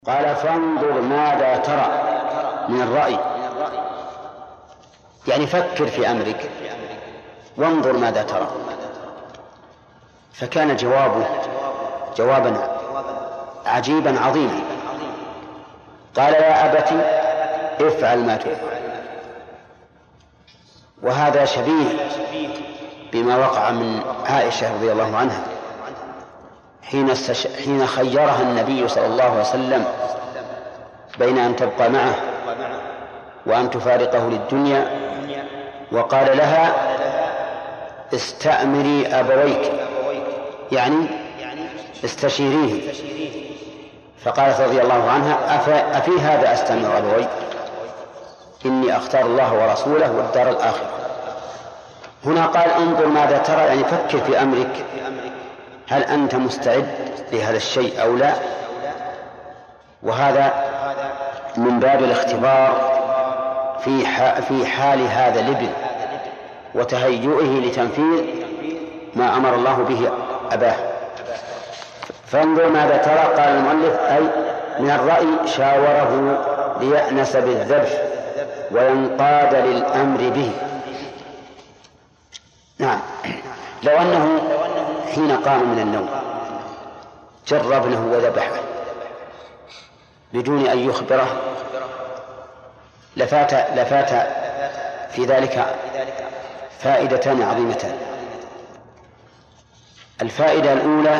قال فانظر ماذا ترى من الرأي، يعني فكر في أمرك وانظر ماذا ترى. فكان جوابه جوابا عجيبا عظيما. قال يا أبت افعل ما تؤمر. وهذا شبيه بما وقع من عائشة رضي الله عنها حين خيرها النبي صلى الله عليه وسلم بين أن تبقى معه وأن تفارقه للدنيا، وقال لها استأمري أبويك، يعني استشيريه. فقالت رضي الله عنها أفي هذا أستأمر أبوي؟ إني أختار الله ورسوله والدار الآخرة. هنا قال انظر ماذا ترى، يعني فكر في أمرك، هل أنت مستعد لهذا الشيء أو لا؟ وهذا من باب الاختبار في حال هذا الابن وتهيئه لتنفيذ ما أمر الله به أباه. فانظر ماذا ترى، قال المؤلف أي من الرأي شاوره ليأنس بالذبح وينقاد للأمر به. نعم، لو أنه حين قام من النوم جر ابنه وذبحه بدون أن يخبره لفات في ذلك فائدتان عظيمتان. الفائدة الأولى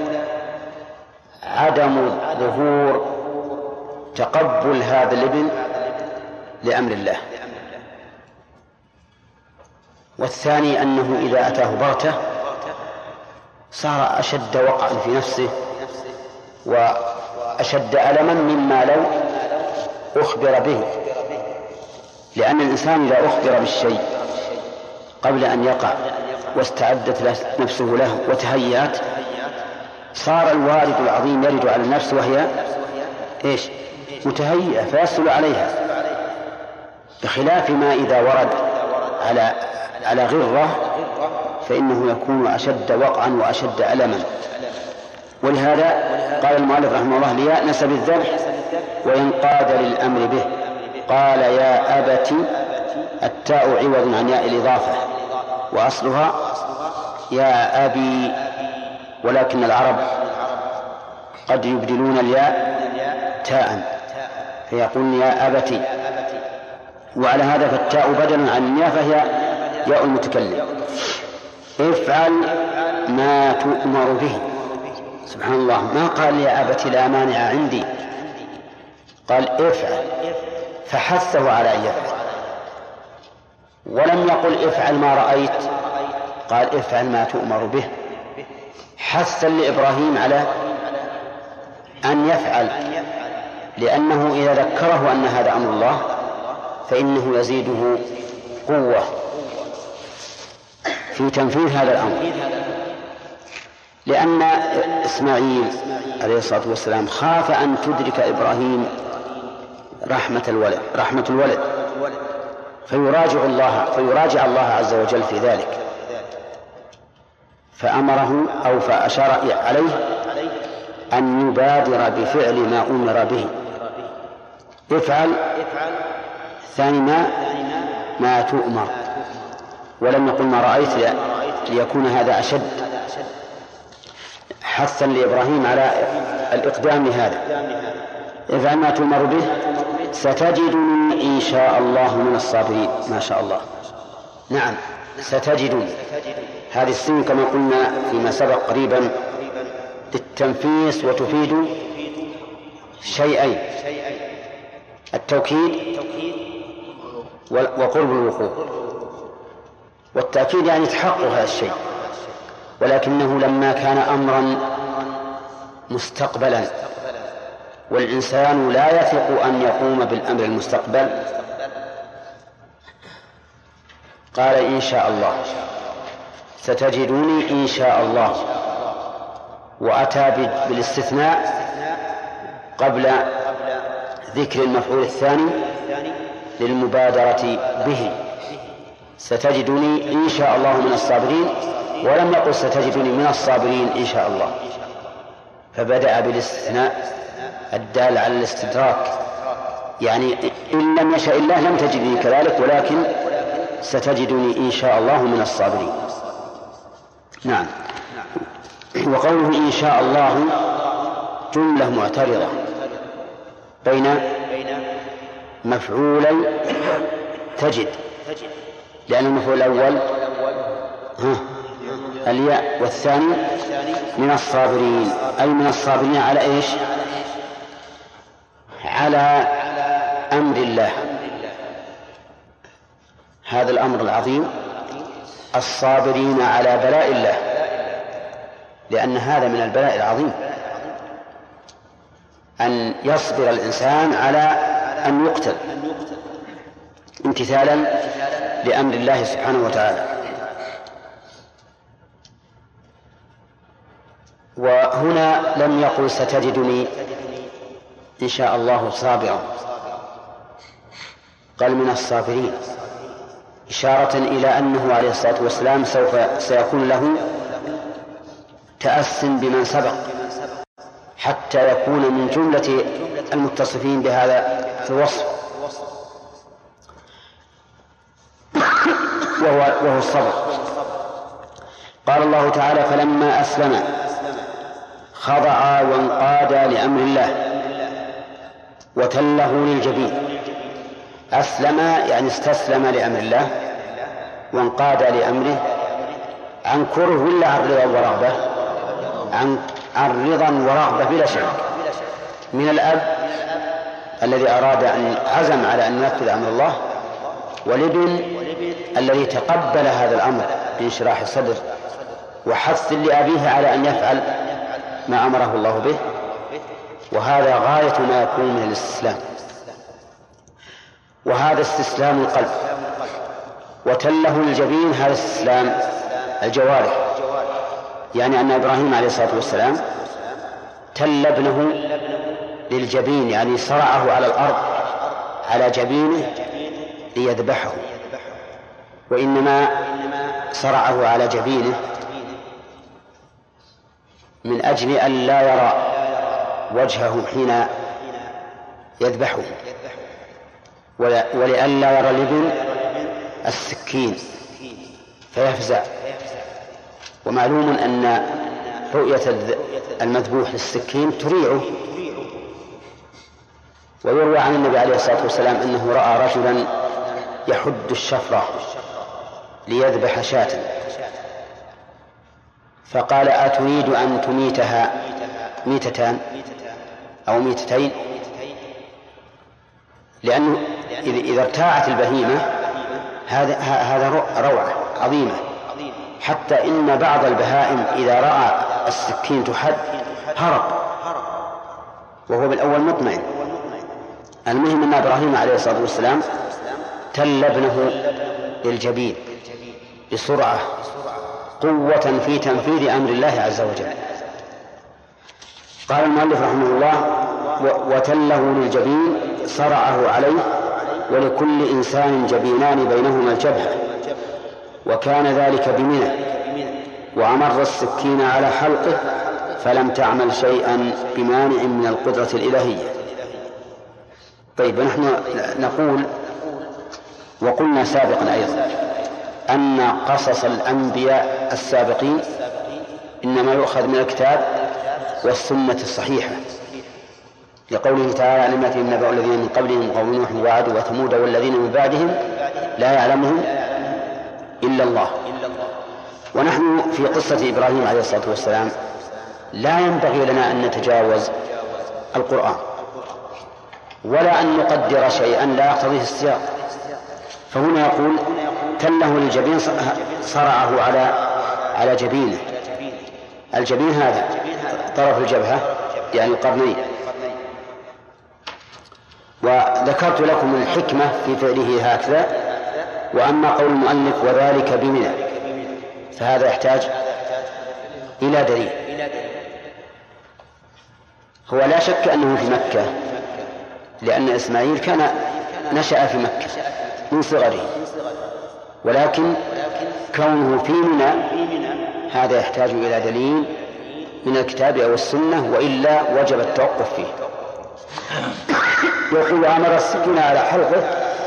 عدم ظهور تقبل هذا الابن لأمر الله، والثاني أنه إذا أتاه بغتة صار أشد وقعا في نفسه وأشد ألما مما لو أخبر به، لأن الإنسان إذا أخبر بالشيء قبل أن يقع واستعدت نفسه له وتهيأت صار الوارد العظيم يرد على النفس وهي متهيئة فيسهل عليها، بخلاف ما إذا ورد على غرة فإنه يكون أشد وقعا وأشد ألما. ولهذا قال المؤلف رحمه الله ليأنس بالذبح وينقاد للأمر به. قال يا أبت، التاء عوض عن ياء الإضافة وأصلها يا أبي، ولكن العرب قد يبدلون الياء تاء فيقولون يا أبت، وعلى هذا فالتاء بدل عن الياء فهي ياء المتكلم. افعل ما تؤمر به. سبحان الله، ما قال يا أبت لا مانع عندي، قال افعل، فحثه على أن يفعل، ولم يقل افعل ما رأيت، قال افعل ما تؤمر به، حثا لإبراهيم على أن يفعل، لأنه إذا ذكره أن هذا أمر الله فإنه يزيده قوة في تنفيذ هذا الأمر. لأن إسماعيل عليه الصلاة والسلام خاف أن تدرك إبراهيم رحمة الولد فيراجع الله عز وجل في ذلك، فأمره أو فأشار عليه أن يبادر بفعل ما أمر به. افعل ثاني ما تؤمر، ولم يقل ما رأيت ليكون هذا أشد حثا لإبراهيم على الإقدام لهذا. افعل ما تؤمر به ستجدني إن شاء الله من الصابرين. ما شاء الله، نعم ستجدني، هذه السين كما قلنا فيما سبق قريبا للتنفيس وتفيد شيئين: التوكيد وقرب الوقوع. والتأكيد يعني تحقق هذا الشيء، ولكنه لما كان أمرا مستقبلا والإنسان لا يثق أن يقوم بالأمر المستقبل قال إن شاء الله، ستجدوني إن شاء الله، وأتى بالاستثناء قبل ذكر المفعول الثاني للمبادرة به. ستجدني إن شاء الله من الصابرين، ولم يقل ستجدني من الصابرين إن شاء الله، فبدأ بالاستثناء الدال على الاستدراك، يعني إن لم يشاء الله لم تجدني كذلك، ولكن ستجدني إن شاء الله من الصابرين. نعم. وقوله إن شاء الله جملة معترضة بين مفعولي تجد، لأن المفعول الأول الياء، والثاني من الصابرين، أي من الصابرين على إيش؟ على أمر الله، هذا الأمر العظيم، الصابرين على بلاء الله، لأن هذا من البلاء العظيم أن يصبر الإنسان على أن يقتل امتثالا لأمر الله سبحانه وتعالى. وهنا لم يقل ستجدني إن شاء الله صابرا، قال من الصابرين، إشارة إلى أنه عليه الصلاة والسلام سيكون له تأس بمن سبق حتى يكون من جملة المتصفين بهذا الوصف، وهو الصبر. قال الله تعالى فلما أسلم خضع وانقاد لأمر الله وتله للجبين. أسلم يعني استسلم لأمر الله، وانقاد لأمره، عن كره ولا عن رضا ورغبة؟ عن رضا ورغبة بلا شك، من الأب الذي أراد أن عزم على أن ينفذ أمر الله، والابن الذي تقبل هذا الأمر بانشراح الصدر وحث لأبيه على أن يفعل ما أمره الله به، وهذا غاية ما يكون من الاستسلام، وهذا استسلام القلب. وتله الجبين هذا استسلام الجوارح، يعني أن إبراهيم عليه الصلاة والسلام تل ابنه للجبين، يعني صرعه على الأرض على جبينه ليذبحه، وإنما صرعه على جبينه من أجل أن لا يرى وجهه حين يذبحه، ولئلا يرى الابن السكين فيفزع. ومعلوم أن رؤية المذبوح للسكين تريعه. ويروى عن النبي عليه الصلاة والسلام أنه رأى رجلا يحد الشفرة ليذبح شاة، فقال أتريد أن تميتها ميتتان أو ميتتين؟ لأنه إذا ارتاعت البهيمة هذا روعة عظيمة، حتى إن بعض البهائم إذا رأى السكين تحد هرب وهو بالأول مطمئن. المهم أن إبراهيم عليه الصلاة والسلام تل ابنه للجبين بسرعة، قوة في تنفيذ أمر الله عز وجل. قال المؤلف رحمه الله وتله للجبين صرعه عليه، ولكل إنسان جبينان بينهما الجبهة، وكان ذلك بمنى، وأمر السكين على حلقه فلم تعمل شيئا بمانع من القدرة الإلهية. طيب، نحن نقول وقلنا سابقا أيضا أن قصص الأنبياء السابقين إنما يؤخذ من الكتاب والسنة الصحيحة، لقوله تعالى لم يأتهم نبأ الذين من قبلهم قوم نوح وعاد وثمود والذين من بعدهم لا يعلمهم إلا الله. ونحن في قصة إبراهيم عليه الصلاة والسلام لا ينبغي لنا أن نتجاوز القرآن ولا أن نقدر شيئا لا يقتضيه السياق. فهنا يقول تله للجبين صرعه على جبينه. الجبين هذا طرف الجبهة يعني القرنين. وذكرت لكم الحكمة في فعله هكذا. وأما قول المؤلف وذلك بمنى فهذا يحتاج إلى دليل. هو لا شك أنه في مكة، لأن إسماعيل كان نشأ في مكة من صغره، ولكن كونه في منى هذا يحتاج إلى دليل من الكتاب أو السنة، وإلا وجب التوقف فيه. يقول أمر السكين على حلقه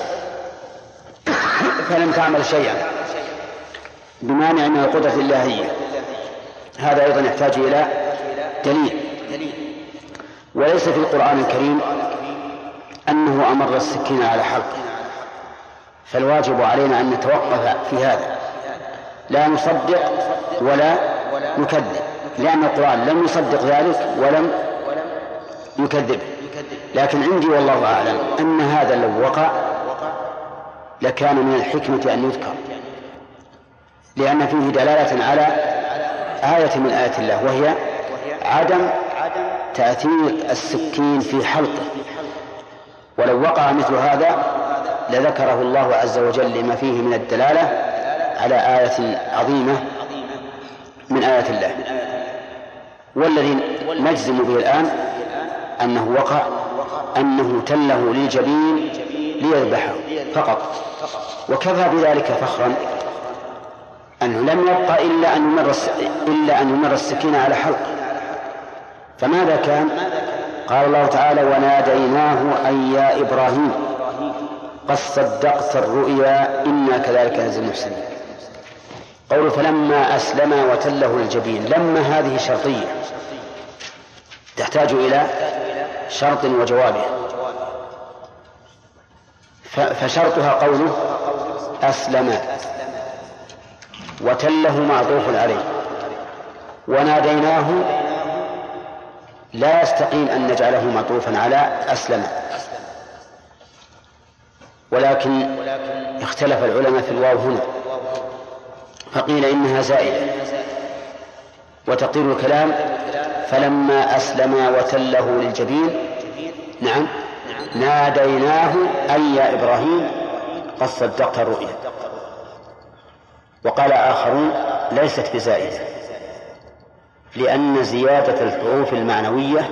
فلم تعمل شيئا بمانع من القدرة الإلهية، هذا أيضا يحتاج إلى دليل. وليس في القرآن الكريم أنه أمر السكين على حلقه، فالواجب علينا أن نتوقف في هذا، لا نصدق ولا نكذب، لأن القرآن لم يصدق ذلك ولم يكذبه. لكن عندي والله أعلم أن هذا لو وقع لكان من الحكمة أن يذكر، لأن فيه دلالة على آية من آيات الله، وهي عدم تأثير السكين في حلقه. ولو وقع مثل هذا لذكره الله عز وجل لما فيه من الدلالة على آية عظيمة من آيات الله. والذي نجزم به الآن أنه وقع، أنه تله للجبين ليذبحه فقط، وكفى بذلك فخرا أنه لم يبقى إلا أن يمر السكين على حلقه. فماذا كان؟ قال الله تعالى: وناديناه أن يا إبراهيم قد صدقت الرؤيا إنا كذلك نجزي المحسنين. قوله فلما أسلم وتله للجبين، لما هذه شرطية تحتاج إلى شرط وجوابه، فشرطها قوله أسلم، وتله معطوف عليه، وناديناه لا يستقيم أن نجعله معطوفا على أسلم، ولكن اختلف العلماء في الواو هنا، فقيل إنها زائدة، وتقدير الكلام فلما أسلم وتله للجبين نعم ناديناه أي يا إبراهيم قد صدقت الرؤيا. وقال آخرون ليست بزائدة، لأن زيادة الحروف المعنوية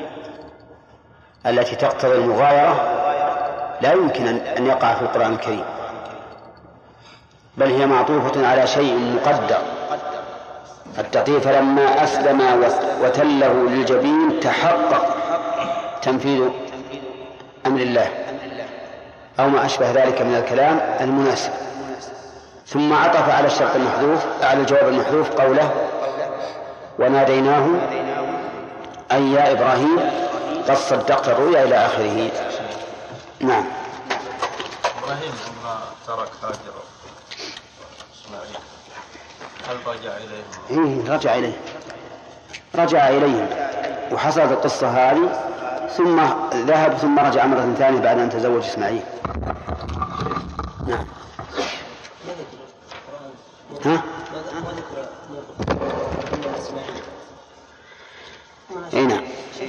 التي تقتضي المغايرة لا يمكن أن يقع في القرآن الكريم، بل هي معطوفة على شيء مقدر. التقدير فلما أسلم وتله للجبين تحقق تنفيذ أمر الله أو ما أشبه ذلك من الكلام المناسب. ثم عطف على الشرط المحذوف على الجواب المحذوف قوله وناديناه أي يا إبراهيم قد صدقت الرؤيا إلى آخره. نعم. إبراهيم لما ترك هاجر إسماعيل هل رجع إليهم؟ رجع إليهم وحصلت القصة هذه، ثم ذهب ثم رجع مرة ثانية بعد أن تزوج إسماعيل. نعم. ها؟ اي نعم.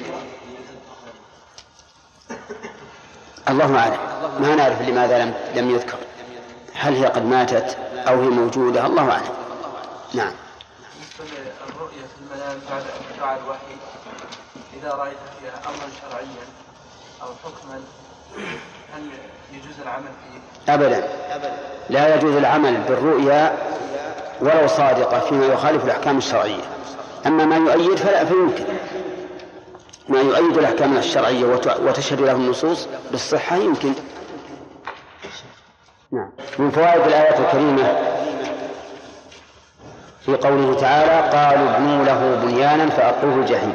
الله أعلم، ما نعرف لماذا لم يذكر، هل هي قد ماتت أو هي موجودة، الله أعلم. نعم. الرؤية في المنام بعد الوحي إذا رأيت فيها أمرا شرعيا أو حكما هل يجوز العمل فيه؟ أبدا، لا يجوز العمل بالرؤيا ولو صادقة فيما يخالف الأحكام الشرعية. أما ما يؤيد فيمكن، ما يؤيد الأحكام الشرعية وتشهد له النصوص بالصحة يمكن. نعم. من فوائد الآيات الكريمة في قوله تعالى قالوا ابنوا له بنيانا فألقوه الجحيم،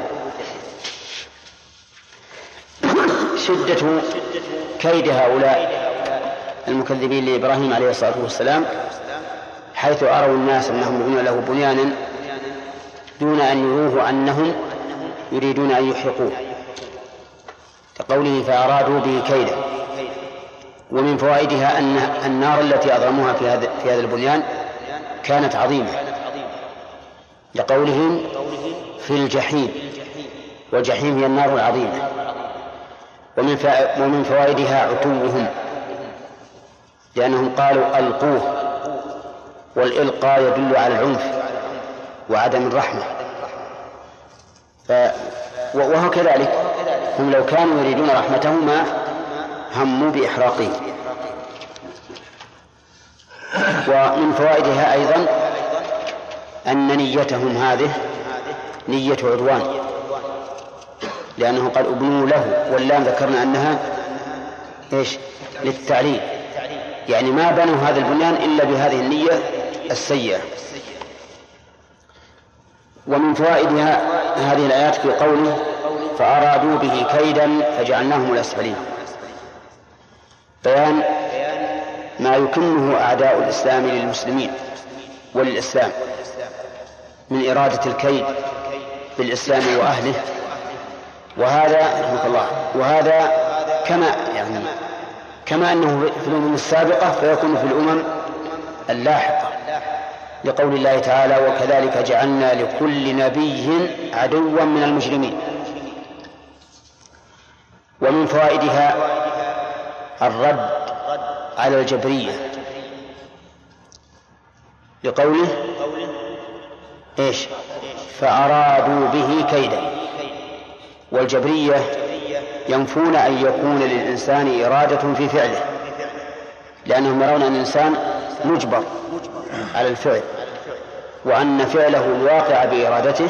شدة كيد هؤلاء المكذبين لإبراهيم عليه الصلاة والسلام، حيث أروا الناس أنهم يبنون له بنيانا دون أن يروه أنهم يريدون أن يحرقوه، كقوله فأرادوا به كيدا. ومن فوائدها أن النار التي أضرموها في هذا البنيان كانت عظيمة، لقولهم في الجحيم، والجحيم هي النار العظيمة. ومن فوائدها عتوهم، لأنهم قالوا ألقوه، والإلقاء يدل على العنف وعدم الرحمة، وهو كذلك، هم لو كانوا يريدون رحمته ما هموا بإحراقه. ومن فوائدها أيضا أن نيتهم هذه نية عدوان، لأنه قال ابنوا له، واللام ذكرنا أنها إيش؟ للتعليل، يعني ما بنوا هذا البنيان إلا بهذه النية السيئة. ومن فوائدها هذه الآيات في قوله فأرادوا به كيدا فجعلناهم الأسفلين، بيان ما يكنه أعداء الإسلام للمسلمين وللإسلام من إرادة الكيد بالإسلام وأهله. وهذا رحمه الله، وهذا كما أنه في الأمم السابقة فيكون في الأمم اللاحقة، لقول الله تعالى وكذلك جعلنا لكل نبي عدوا من المجرمين. ومن فوائدها الرد على الجبرية لقوله إيش؟ فأرادوا به كيدا. والجبرية ينفون أن يكون للإنسان إرادة في فعله، لأنهم يرون أن الإنسان مجبر على الفعل، وأن فعله الواقع بإرادته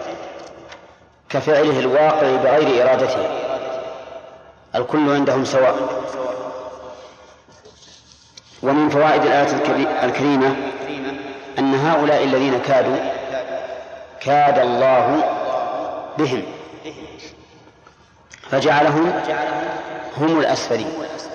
كفعله الواقع بغير إرادته، الكل عندهم سواء. ومن فوائد الآية الكريمة أن هؤلاء الذين كاد الله بهم فجعلهم هم الأسفلين.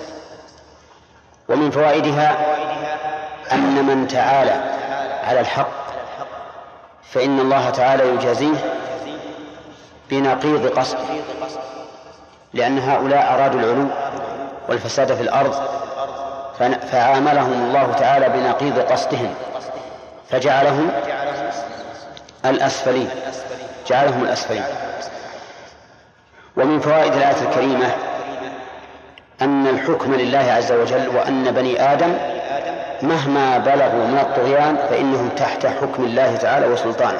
ومن فوائدها أن من تعالى على الحق فإن الله تعالى يجازيه بنقيض قصده، لأن هؤلاء أرادوا العلو والفساد في الأرض فعاملهم الله تعالى بنقيض قصدهم فجعلهم الأسفلين، جعلهم الأسفلين. ومن فوائد الآية الكريمة أن الحكم لله عز وجل، وأن بني آدم مهما بلغوا من الطغيان فإنهم تحت حكم الله تعالى وسلطانه،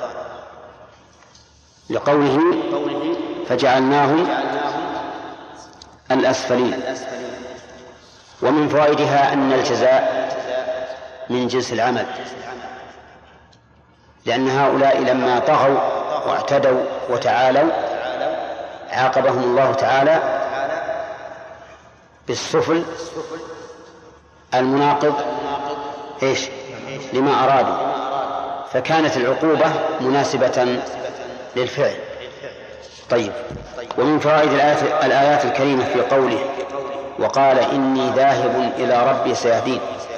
لقوله فجعلناهم الأسفلين. ومن فوائدها أن الجزاء من جنس العمل، لأن هؤلاء لما طغوا واعتدوا وتعالوا عاقبهم الله تعالى بالسفل المناقض إيش؟ لما أرادوا، فكانت العقوبة مناسبة للفعل. طيب. ومن فوائد الآيات الكريمة في قوله وقال إني ذاهب إلى ربي سيهدين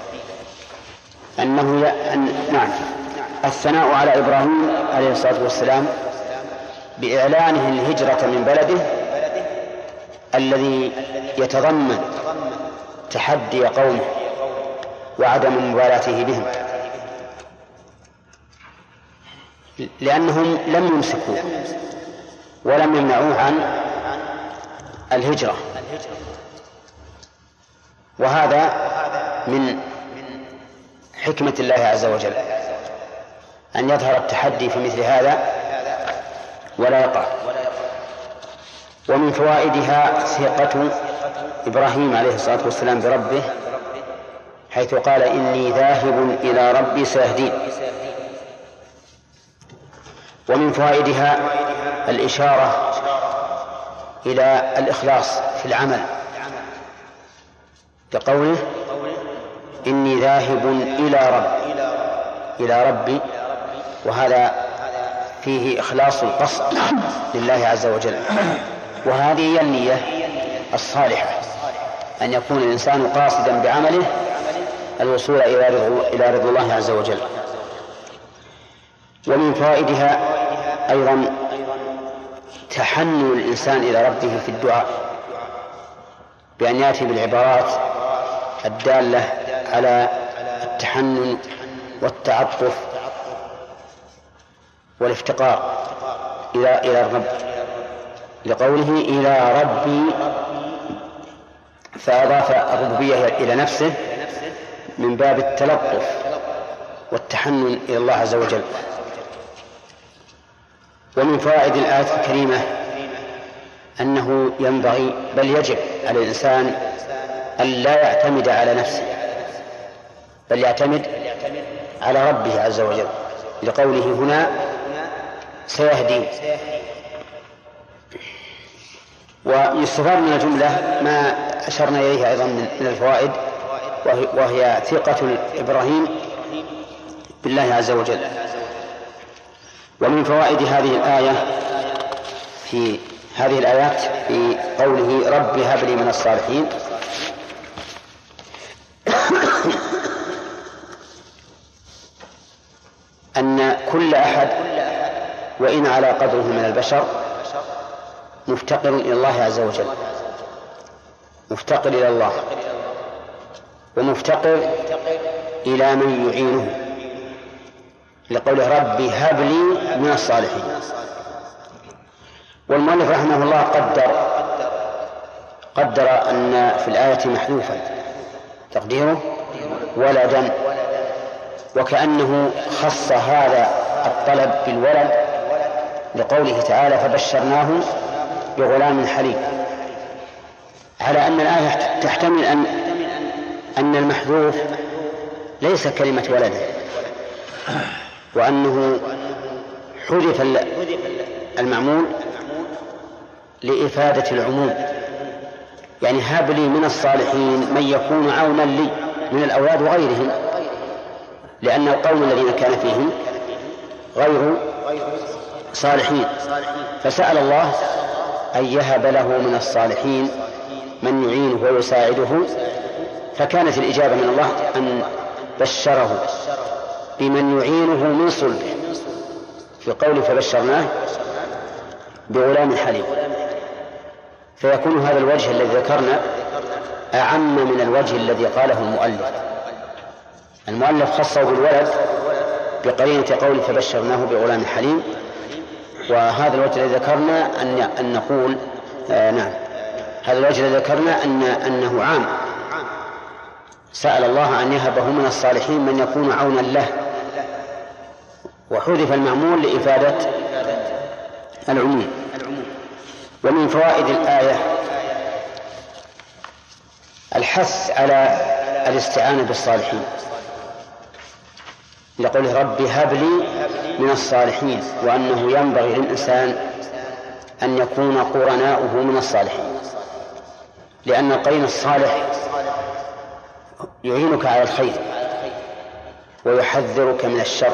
نعم الثناء على إبراهيم عليه الصلاة والسلام بإعلانه الهجرة من بلده الذي يتضمن تحدي قومه وعدم مبالاته بهم، لأنهم لم يمسكوه ولم يمنعوه عن الهجرة. وهذا من حكمة الله عز وجل أن يظهر التحدي في مثل هذا ولا يقع. ومن فوائدها ثقة إبراهيم عليه الصلاة والسلام بربه حيث قال إني ذاهب إلى ربي سيهدين. ومن فوائدها الإشارة إلى الإخلاص في العمل كقوله إني ذاهب إلى ربي، وهذا فيه إخلاص القصد لله عز وجل. وهذه هي النية الصالحة، أن يكون الإنسان قاصدا بعمله الوصول إلى رضا الله عز وجل. ومن فوائدها أيضا تحنن الإنسان إلى ربه في الدعاء بأن يأتي بالعبارات الدالة على التحنن والتعطف والافتقار إلى الرب، لقوله إلى ربي، فأضاف الربوبية إلى نفسه من باب التلطف والتحنن إلى الله عز وجل. ومن فوائد الآية الكريمة أنه ينبغي بل يجب على الإنسان أن لا يعتمد على نفسه بل يعتمد على ربه عز وجل، لقوله هنا سيهدي. ويستفاد من الجملة ما أشرنا إليه أيضا من الفوائد، وهي ثقة إبراهيم بالله عز وجل. ومن فوائد هذه الآية في هذه الآيات في قوله رب هب لي من الصالحين أن كل أحد وإن على قدره من البشر مفتقر إلى الله عز وجل، مفتقر إلى الله ومفتقر إلى من يعينه، لقوله ربي هب لي من الصالحين. والمؤلف رحمه الله قدر أن في الآية محذوفا تقديره ولدا، وكأنه خص هذا الطلب بالولد لقوله تعالى فبشرناه بغلام حليم، على أن الآية تحتمل أن المحذوف ليس كلمة ولد، وأنه حذف المعمول لإفادة العموم، يعني هب لي من الصالحين من يكون عونا لي من الأولاد وغيرهم، لأن القوم الذين كان فيهم غير صالحين، فسأل الله أن يهب له من الصالحين من يعينه ويساعده، فكانت الإجابة من الله أن بشره بمن يعينه من صلبه في قوله فبشرناه بغلام حليم. فيكون هذا الوجه الذي ذكرنا أعم من الوجه الذي قاله المؤلف خصه بالولد بقرينة قوله فبشرناه بغلام حليم، وهذا الوجه الذي ذكرنا أن نقول نعم، هذا الوجه الذي ذكرنا أنه عام، سأل الله أن يهبه من الصالحين من يكون عونا له، وحذف المعمول لإفادة العموم. ومن فوائد الآية الحث على الاستعانة بالصالحين، لقوله رب هب لي من الصالحين، وأنه ينبغي للإنسان أن يكون قرناؤه من الصالحين، لأن القرين الصالح يعينك على الخير ويحذرك من الشر،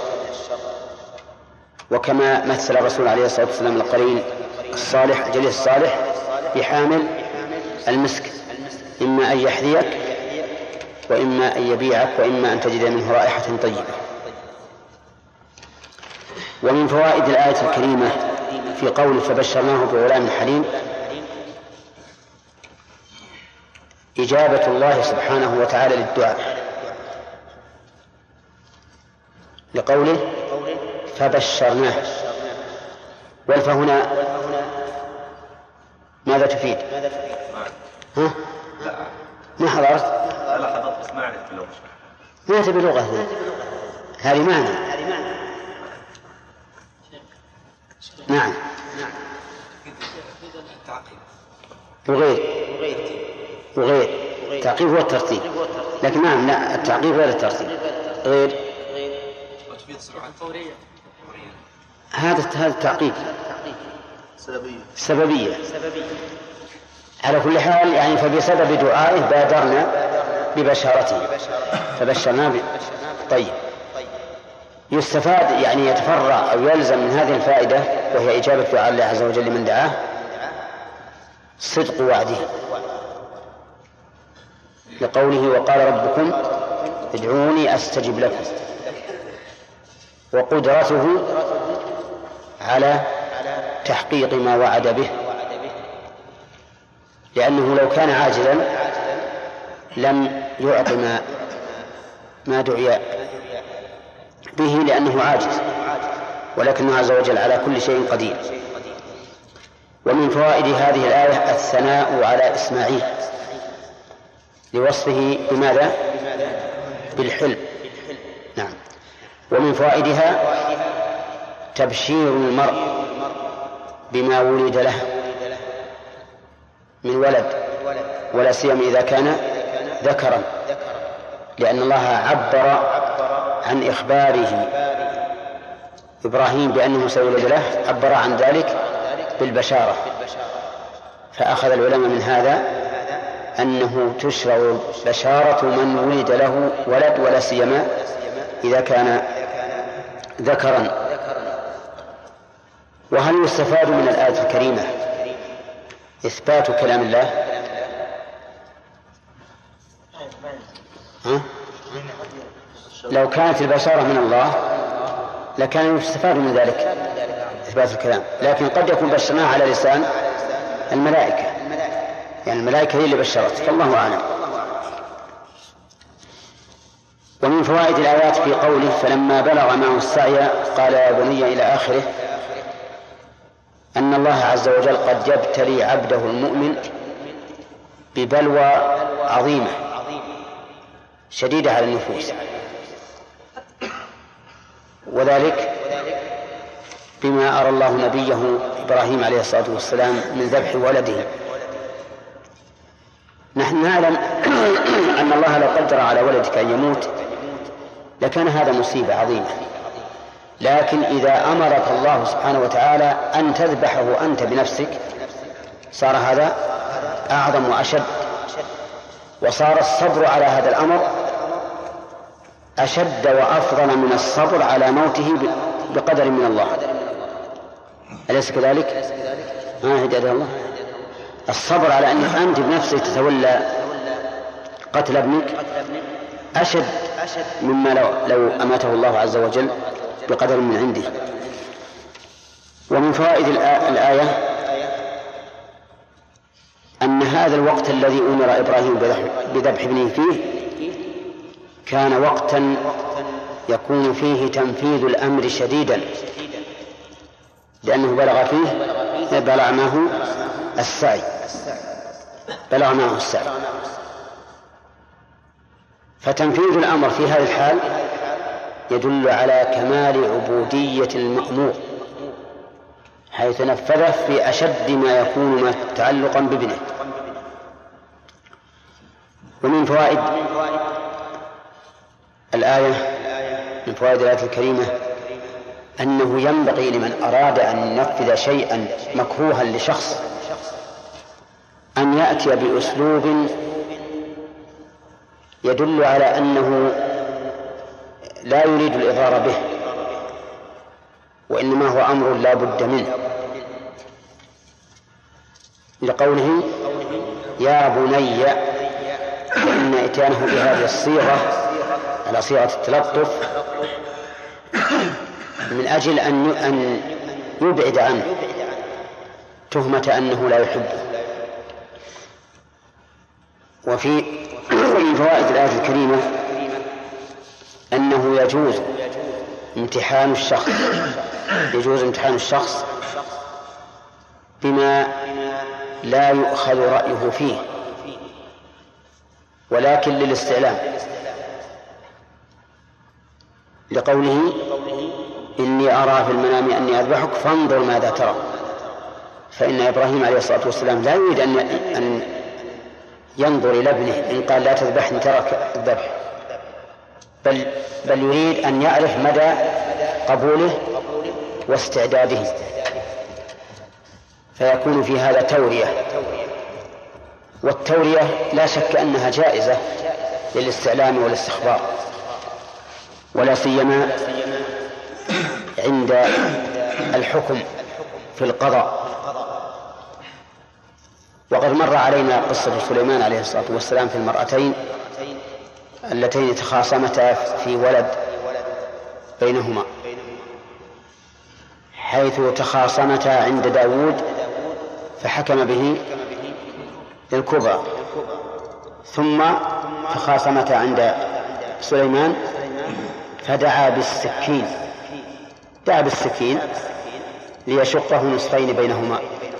وكما مثل الرسول عليه الصلاة والسلام القرين الصالح الجليس الصالح بحامل المسك، إما أن يحذيك وإما أن يبيعك وإما أن تجد منه رائحة طيبة. ومن فوائد الآية الكريمة في قول فبشرناه بغلام حليم إجابة الله سبحانه وتعالى للدعاء، لقوله فبشرناه، والفاء هنا ماذا تفيد؟ ها؟ ما حضرت؟ لا حضرت بس ما أعرف باللغة. ما تبي لغة هنا؟ هذه معنى. نعم. وغير التعقيب هو الترتيب، لكن نعم لا، التعقيب غير الترتيب. غير هذا التعقيب سببية. على كل حال يعني فبسبب دعائه بادرنا ببشارته فبشرنا به. طيب، يستفاد يعني يتفرع أو يلزم من هذه الفائدة، وهي إجابة دعاء الله عز وجل من دعاه، صدق وعده، لقوله وقال ربكم ادعوني أستجب لكم، وقدرته على تحقيق ما وعد به، لأنه لو كان عاجلا لم يعط ما دعي به لأنه عاجز، ولكنه عز وجل على كل شيء قدير. ومن فوائد هذه الآية الثناء على إسماعيل لوصفه بماذا؟ بالحلم. نعم. ومن فوائدها تبشير المرء بما ولد له من ولد، ولا سيما إذا كان ذكرا، لأن الله عبر عن إخباره إبراهيم بأنه سيولد له، عبر عن ذلك بالبشارة، فأخذ العلماء من هذا أنه تشرع بشارة من ولد له ولد، ولا سيما إذا كان ذكرا. وهل يستفاد من الآية الكريمة إثبات كلام الله؟ لو كانت البشارة من الله لكان يستفاد من ذلك إثبات الكلام، لكن قد يكون بشرناه على لسان الملائكة، يعني الملائكة هي اللي بشرت، فالله أعلم. ومن فوائد الآيات في قوله فلما بلغ معه السعي قال يا بني إلى آخره أن الله عز وجل قد يبتلي عبده المؤمن ببلوى عظيمة شديدة على النفوس، وذلك بما أرى الله نبيه إبراهيم عليه الصلاة والسلام من ذبح ولده. نحن نعلم أن الله لو قدر على ولدك أن يموت لكان هذا مصيبة عظيمة، لكن إذا أمرك الله سبحانه وتعالى أن تذبحه أنت بنفسك صار هذا أعظم وأشد، وصار الصبر على هذا الأمر أشد وأفضل من الصبر على موته بقدر من الله. أليس كذلك؟ هداية الله. الصبر على أنك أنت بنفسك تتولى قتل ابنك أشد مما لو أماته الله عز وجل بقدر من عنده. ومن فوائد الآية أن هذا الوقت الذي أمر إبراهيم بذبح ابنه فيه كان وقتا يكون فيه تنفيذ الأمر شديدا، لأنه بلغ معه السعي. فتنفيذ الأمر في هذه الحال يدل على كمال عبودية المأمور، حيث نفذه في أشد ما يكون تعلقا بابنه. ومن فوائد الآية الكريمة أنه ينبغي لمن أراد أن ينفذ شيئا مكروها لشخص أن يأتي بأسلوب يدل على أنه لا يريد الإضرار به، وإنما هو أمر لا بد منه، لقوله يا بني، وإن إتيانه بهذه الصيغة على صيغة التلطف من أجل أن يبعد عنه تهمة أنه لا يحبه. ومن فوائد الآية الكريمة أنه يجوز امتحان الشخص بما لا يؤخذ رأيه فيه ولكن للاستعلام، لقوله إني أرى في المنام أني أذبحك فانظر ماذا ترى. فإن إبراهيم عليه الصلاة والسلام لا يريد أن ينظر إلى ابنه إن قال لا تذبحني ترك الذبح، بل يريد أن يعرف مدى قبوله واستعداده، فيكون في هذا تورية. والتورية لا شك أنها جائزة للاستعلام والاستخبار، ولا سيما عند الحكم في القضاء. وقد مر علينا قصة سليمان عليه الصلاة والسلام في المرأتين اللتين تخاصمتا في ولد بينهما، حيث تخاصمتا عند داود فحكم به للكبرى، ثم تخاصمتا عند سليمان فدعا بالسكين ليشقه نصفين بينهما.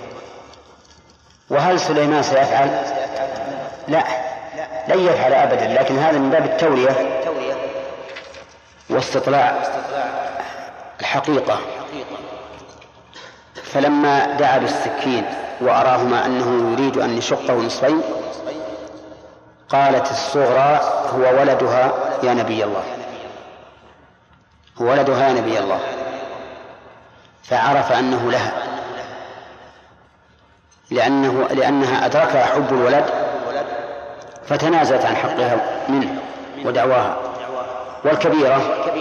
وهل سليمان سيفعل؟ لا، لن يفعل أبدا، لكن هذا من باب التورية واستطلاع الحقيقة. فلما دعا بالسكين وأراهما أنه يريد أن يشقه نصفين قالت الصغرى هو ولدها يا نبي الله، فعرف أنه لها، لأنها أدركها حب الولد فتنازلت عن حقها منه ودعواها. والكبيرة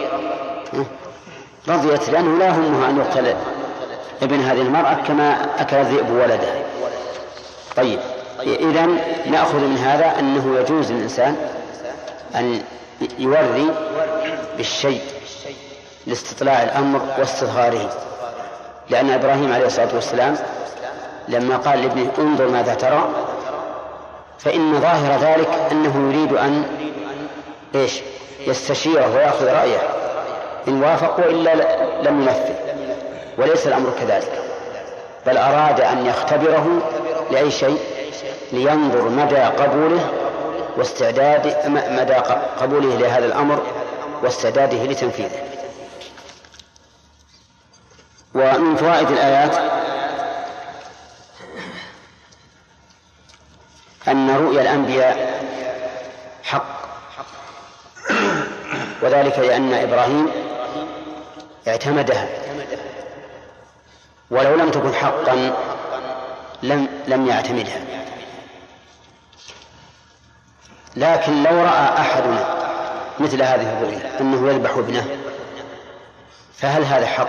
رضيت لأنه لا يهمها أن يقتل ابن هذه المرأة كما أكل الذئب ولده. طيب، إذن نأخذ من هذا أنه يجوز للإنسان أن يوري بالشيء لاستطلاع الأمر واستصغاره، لأن إبراهيم عليه الصلاة والسلام لما قال لابنه انظر ماذا ترى فإن ظاهر ذلك أنه يريد أن يستشيره ويأخذ رأيه، إن وافق وإلا لم ينفذ، وليس الأمر كذلك، بل أراد أن يختبره لأي شيء؟ لينظر مدى قبوله واستعداد مدى قبوله لهذا الأمر واستعداده لتنفيذه. ومن فوائد الآيات أن رؤيا الأنبياء حق، وذلك لأن إبراهيم اعتمدها، ولو لم تكن حقا لم يعتمدها. لكن لو رأى أحدنا مثل هذه الرؤيا أنه يذبح ابنه فهل هذا حق؟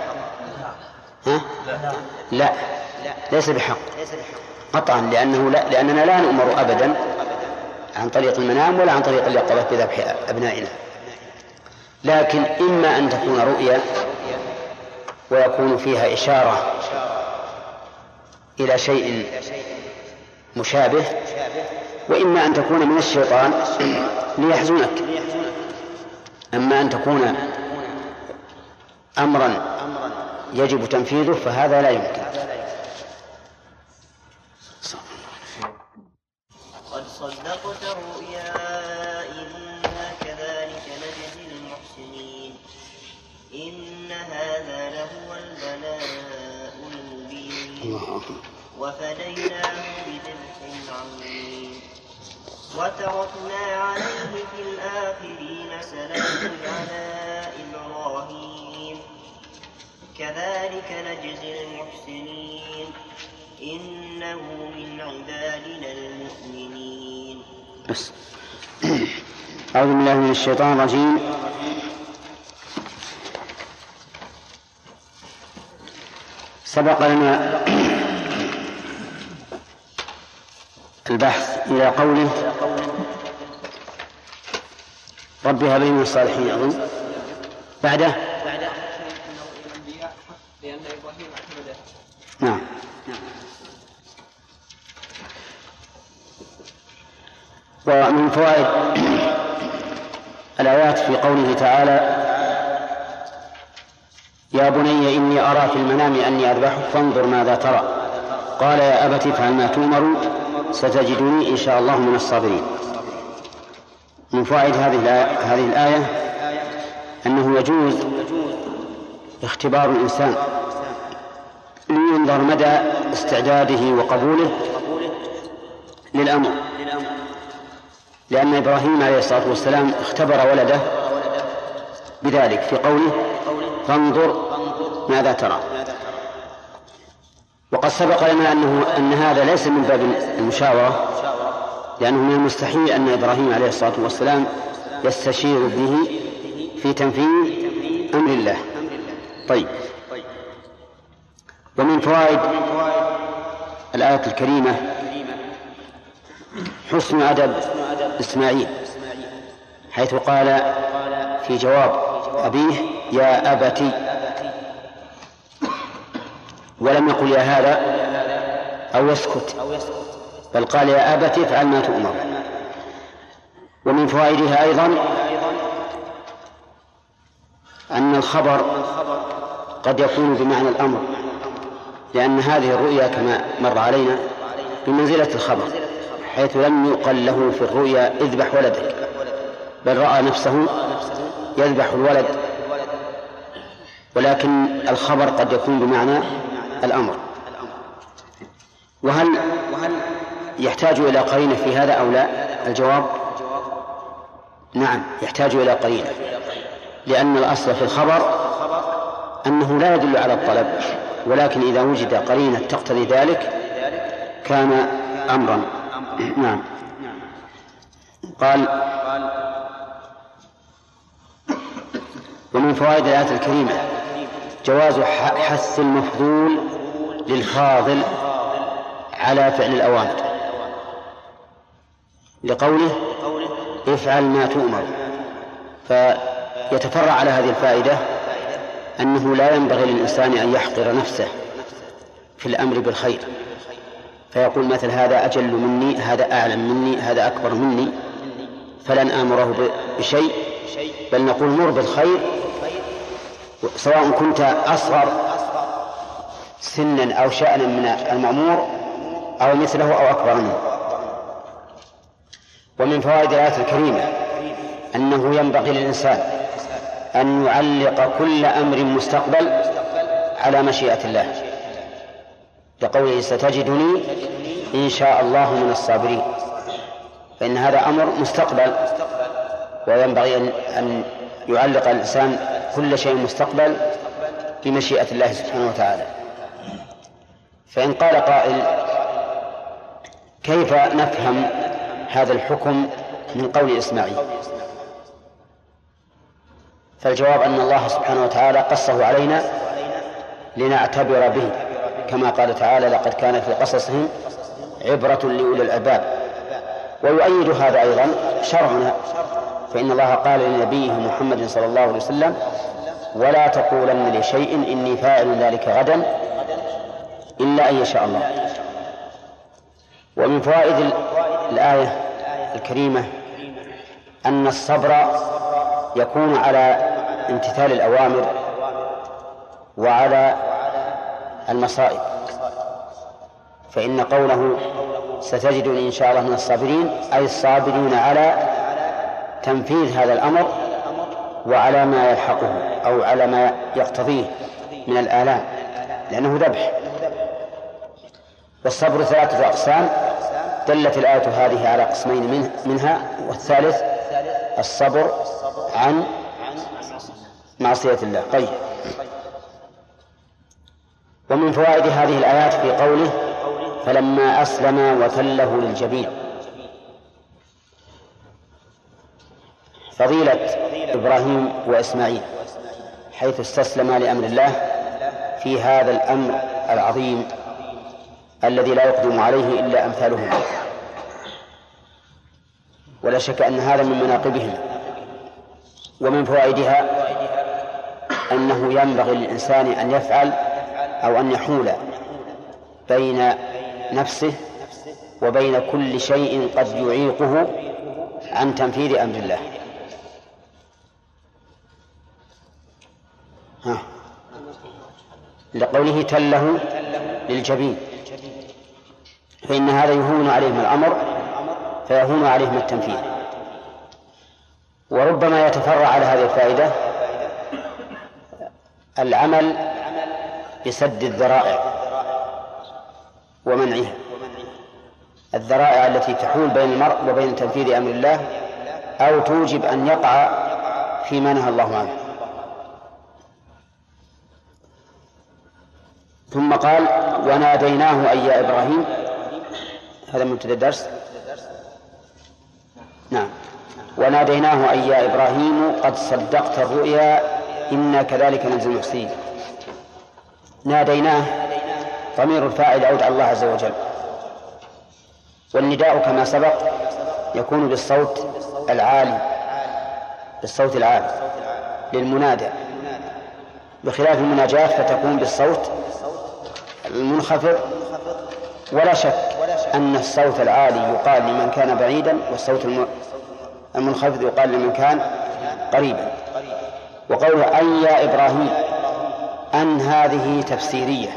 لا، ليس بحق قطعا، لأننا لا نؤمر أبدا عن طريق المنام ولا عن طريق اليقظة بذبح أبنائنا. لكن إما أن تكون رؤيا ويكون فيها إشارة إلى شيء مشابه، وإما أن تكون من الشيطان ليحزنك. أما أن تكون أمرا يجب تنفيذه فهذا لا يمكن. قد صدقت الرؤيا إنا كذلك نجزي المحسنين إن هذا لهو البلاء المبين وفديناه بذبح عظيم وتركنا عليه في الآخرين سلام على إبراهيم كذلك نجزي المحسنين إنه من عبادنا المؤمنين. بس أعوذ بالله من الشيطان الرجيم. سبق لنا البحث إلى قوله رب هب لي من الصالحين أظن بعده. نعم. ومن فوائد الآيات في قوله تعالى يا بني إني أرى في المنام أني أذبحك فانظر ماذا ترى قال يا أبت افعل ما تؤمر ستجدني إن شاء الله من الصابرين. من فوائد هذه الآية أنه يجوز اختبار الإنسان لينظر مدى استعداده وقبوله للأمر، لأن إبراهيم عليه الصلاة والسلام اختبر ولده بذلك في قوله فانظر ماذا ترى. وقد سبق لنا أن هذا ليس من باب المشاورة، لأنه من المستحيل أن إبراهيم عليه الصلاة والسلام يستشير به في تنفيذ أمر الله. طيب، ومن فوائد الآية الكريمة حسن أدب إسماعيل حيث قال في جواب أبيه يا أبتي، ولم يقل يا هذا أو يسكت، بل قال يا أبتي افعل ما تؤمر. ومن فوائدها أيضا أن الخبر قد يكون بمعنى الأمر، لأن هذه الرؤيا كما مر علينا بمنزلة الخبر، حيث لم يقل له في الرؤيا اذبح ولدك، بل رأى نفسه يذبح الولد، ولكن الخبر قد يكون بمعنى الأمر. وهل يحتاج إلى قرينة في هذا أو لا؟ الجواب نعم، يحتاج إلى قرينة، لأن الأصل في الخبر أنه لا يدل على الطلب، ولكن إذا وجد قرينة تقتضي ذلك كان أمرا. نعم. قال: ومن فوائد الآية الكريمة جواز حث المفضول للفاضل على فعل الأوامر، لقوله: افعل ما تؤمر. فيتفرع على هذه الفائدة أنه لا ينبغي للإنسان أن يحقر نفسه في الأمر بالخير، فيقول مثل: هذا أجل مني، هذا أعلم مني، هذا أكبر مني، فلن آمره بشيء، بل نقول: مر بالخير، سواء كنت أصغر سنا أو شأنا من المأمور أو مثله أو أكبر منه. ومن فوائد الآية الكريمة أنه ينبغي للإنسان أن يعلق كل أمر مستقبل على مشيئة الله، لقوله: ستجدني إن شاء الله من الصابرين، فإن هذا أمر مستقبل، وينبغي أن يعلق الإنسان كل شيء مستقبل بمشيئة الله سبحانه وتعالى. فإن قال قائل: كيف نفهم هذا الحكم من قول إسماعيل؟ فالجواب أن الله سبحانه وتعالى قصه علينا لنعتبر به، كما قال تعالى: لقد كان في قصصهم عبرة لأولي الألباب. ويؤيد هذا أيضا شرعنا، فإن الله قال لنبيه محمد صلى الله عليه وسلم: ولا تقولن لشيء إني فاعل ذلك غدا إلا أن يشاء الله. ومن فوائد الآية الكريمة أن الصبر يكون على امتثال الأوامر وعلى المصائب، فإن قوله: ستجدني إن شاء الله من الصابرين، أي الصابرين على تنفيذ هذا الأمر وعلى ما يلحقه أو على ما يقتضيه من الآلام، لأنه ذبح. والصبر 3 أقسام، دلت الآية هذه على قسمين منها، والثالث الصبر عن معصية الله. طيب. ومن فوائد هذه الآيات في قوله: فلما أسلم وتله للجبين، فضيلة إبراهيم وإسماعيل حيث استسلما لأمر الله في هذا الأمر العظيم الذي لا يقدم عليه إلا أمثالهم، ولا شك أن هذا من مناقبهم. ومن فوائدها أنه ينبغي للإنسان أن يفعل أو أن يحول بين نفسه وبين كل شيء قد يعيقه عن تنفيذ أمر الله. لقوله: تله للجبين، فإن هذا يهون عليهم الأمر فيهون عليهم التنفيذ. وربما يتفرع على هذه الفائدة العمل بسد الذرائع ومنعها، الذرائع التي تحول بين المرء وبين تنفيذ أمر الله أو توجب أن يقع فيما نهى الله عنه. ثم قال: وناديناه أي يا إبراهيم. هذا مبتدأ الدرس. نعم. وناديناه أي يا إبراهيم قد صدقت الرؤيا إنا كذلك نجزي المحسنين. ناديناه ضمير الفاعل يعود على الله عز وجل، والنداء كما سبق يكون بالصوت العالي للمنادى، بخلاف المناجاة فتكون بالصوت المنخفض. ولا شك أن الصوت العالي يقال لمن كان بعيدا، والصوت المنخفض يقال لمن كان قريبا. وقوله أي يا إبراهيم، أن هذه تفسيرية،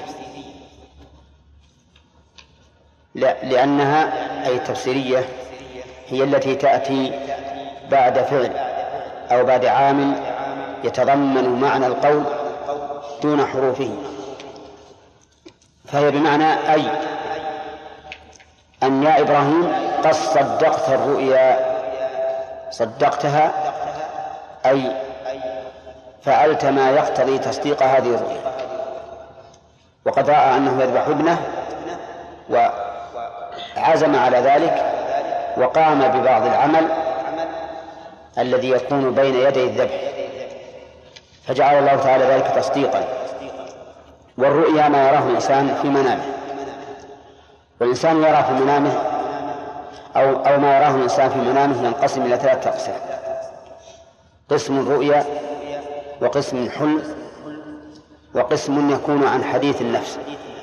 لأنها أي تفسيرية هي التي تأتي بعد فعل أو بعد عامل يتضمن معنى القول دون حروفه، فهي بمعنى أي أن يا إبراهيم قد صدقت الرؤيا، صدقتها أي فعلت ما يقتضي تصديق هذه الرؤيا. وقد رأى أنه يذبح ابنه عزم على ذلك وقام ببعض العمل الذي يكون بين يدي الذبح، فجعل الله تعالى ذلك تصديقا. والرؤيا ما يراه الإنسان في منامه، والإنسان يرى في منامه أو ما يراه الإنسان في منامه ينقسم إلى 3 أقسام: قسم الرؤيا، وقسم الحلم، وقسم يكون عن حديث النفس.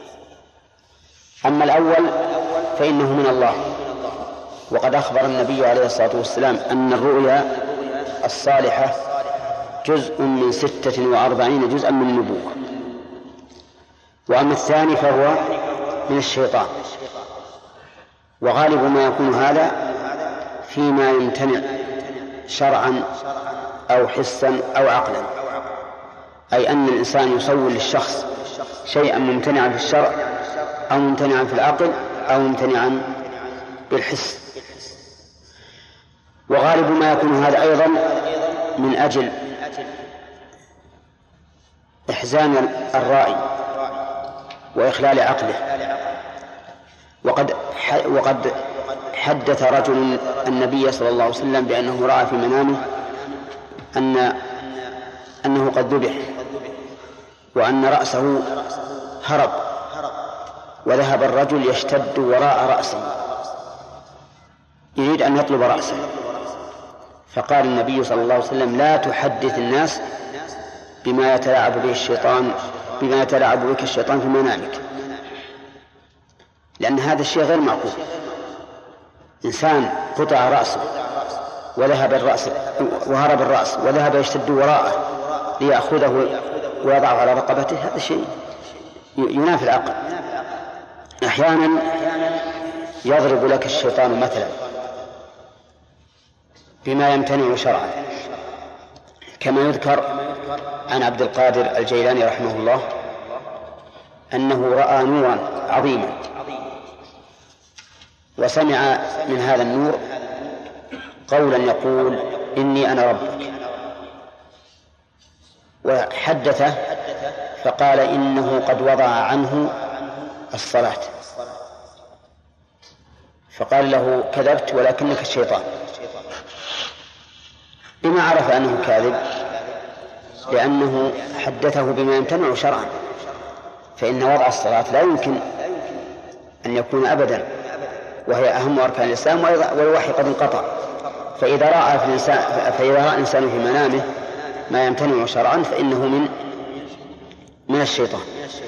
أما الأول فإنه من الله، وقد أخبر النبي عليه الصلاة والسلام أن الرؤيا الصالحة جزء من 46 جزءا من النبوة. وأما الثاني فهو من الشيطان، وغالب ما يكون هذا فيما يمتنع شرعا أو حسا أو عقلا، أي أن الإنسان يسول للشخص شيئا ممتنعا في الشرع أو ممتنعا في العقل أو ممتنعا بالحس. وغالب ما يكون هذا أيضا من أجل إحزان الرائي وإخلال عقله. وقد حدث رجل النبي صلى الله عليه وسلم بأنه رأى في منامه أنه قد ذبح، وأن رأسه هرب، وذهب الرجل يشتد وراء رأسه يريد أن يطلب رأسه، فقال النبي صلى الله عليه وسلم: لا تحدث الناس بما يتلاعب بك الشيطان في منامك، لأن هذا الشيء غير معقول. إنسان قطع رأسه وهرب الرأس وذهب يشتد وراءه ليأخذه ويضعه على رقبته، هذا شيء ينافي العقل. أحيانا يضرب لك الشيطان مثلا بما يمتنع شرعا، كما يذكر عن عبد القادر الجيلاني رحمه الله أنه رأى نورا عظيما، وسمع من هذا النور قولا يقول: إني أنا ربك، وحدثه فقال: إنه قد وضع عنه الصلاة. فقال له: كذبت ولكنك الشيطان. بما عرف أنه كاذب؟ لأنه حدثه بما يمتنع شرعا، فإن وضع الصلاة لا يمكن أن يكون أبدا، وهي أهم أركان الإسلام، والوحي قد انقطع. فإذا رأى الإنسان في منامه ما يمتنع شرعا فإنه من الشيطان.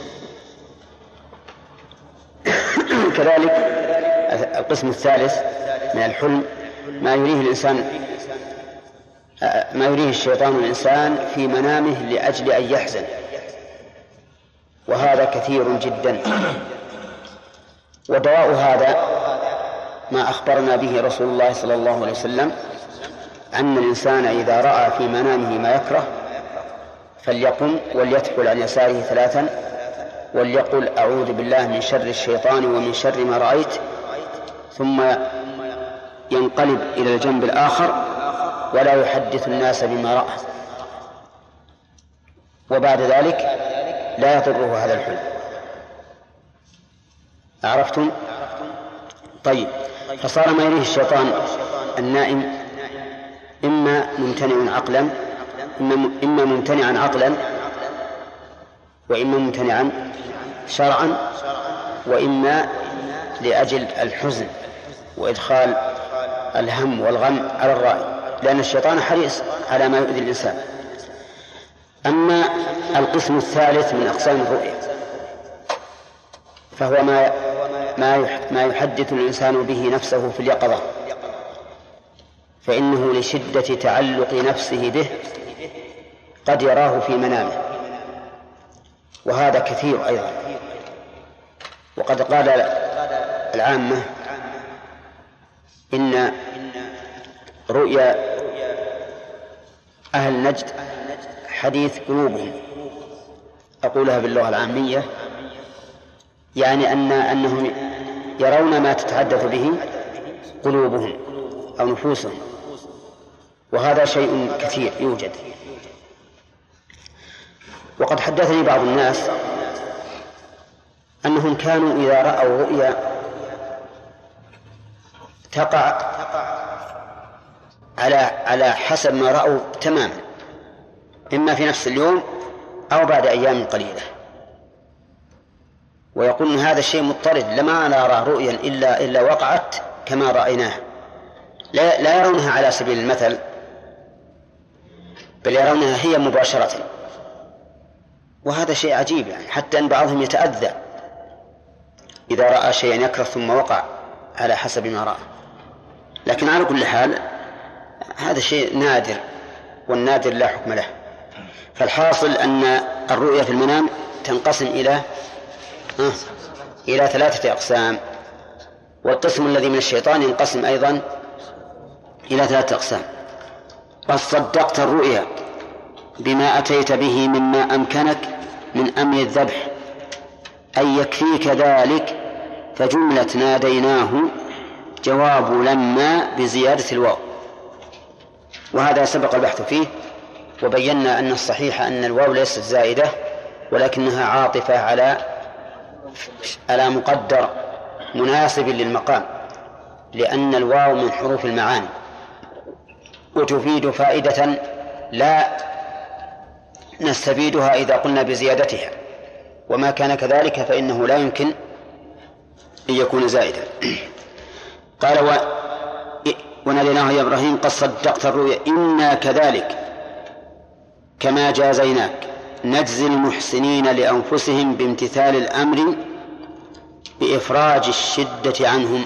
كذلك القسم الثالث من الحلم ما يريه الشيطان الإنسان في منامه لأجل أن يحزن، وهذا كثير جدا. ودواء هذا ما أخبرنا به رسول الله صلى الله عليه وسلم أن الإنسان إذا رأى في منامه ما يكره فليقم وليتحول عن يساره 3 وليقل: أعوذ بالله من شر الشيطان ومن شر ما رأيت، ثم ينقلب إلى الجنب الآخر ولا يحدث الناس بما رأى، وبعد ذلك لا يضره هذا الحلم. عرفتم؟ طيب، فصار ما يريه الشيطان النائم إما ممتنعا عقلا وإما ممتنعا شرعا، وإما لأجل الحزن وإدخال الهم والغم على الرائي، لأن الشيطان حريص على ما يؤذي الإنسان. أما القسم الثالث من أقسام الرؤيا فهو ما يحدث الإنسان به نفسه في اليقظة، فإنه لشدة تعلق نفسه به قد يراه في منامه، وهذا كثير أيضا. وقد قال العامة إن رؤيا أهل نجد حديث قلوبهم، أقولها باللغة العامية، يعني أنهم يرون ما تتحدث به قلوبهم أو نفوسهم، وهذا شيء كثير يوجد. وقد حدثني بعض الناس أنهم كانوا إذا رأوا رؤيا تقع على حسب ما رأوا تماما، إما في نفس اليوم أو بعد أيام قليلة. ويقولون هذا الشيء مضطرد، لما نرى رؤيا إلا وقعت كما رأيناها، لا يرونها على سبيل المثل، بل يرونها هي مباشرة. وهذا شيء عجيب، يعني حتى أن بعضهم يتأذى إذا رأى شيئا يكره ثم وقع على حسب ما رأى. لكن على كل حال هذا شيء نادر، والنادر لا حكم له. فالحاصل أن الرؤيا في المنام تنقسم إلى 3 أقسام، والقسم الذي من الشيطان ينقسم أيضا إلى 3 أقسام. قد صدقت الرؤيا بما أتيت به مما أمكنك من أمر الذبح، أي يكفيك ذلك، فجملة ناديناه جواب لما بزيادة الواو، وهذا سبق البحث فيه، وبينا أن الصحيح أن الواو ليست زائدة ولكنها عاطفة على مقدر مناسب للمقام، لأن الواو من حروف المعاني وتفيد فائدة لا نستفيدها إذا قلنا بزيادتها، وما كان كذلك فإنه لا يمكن أن يكون زائدا. قال وناديناه يا إبراهيم قد صدقت الرؤيا إنا كذلك كما جازيناك نجزي المحسنين لأنفسهم بامتثال الأمر بإفراج الشدة عنهم.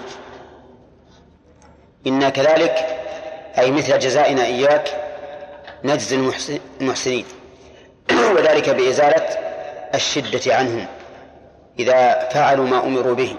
إنا كذلك أي مثل جزائنا إياك نجزي المحسنين، وذلك بإزالة الشدة عنهم إذا فعلوا ما أمروا به.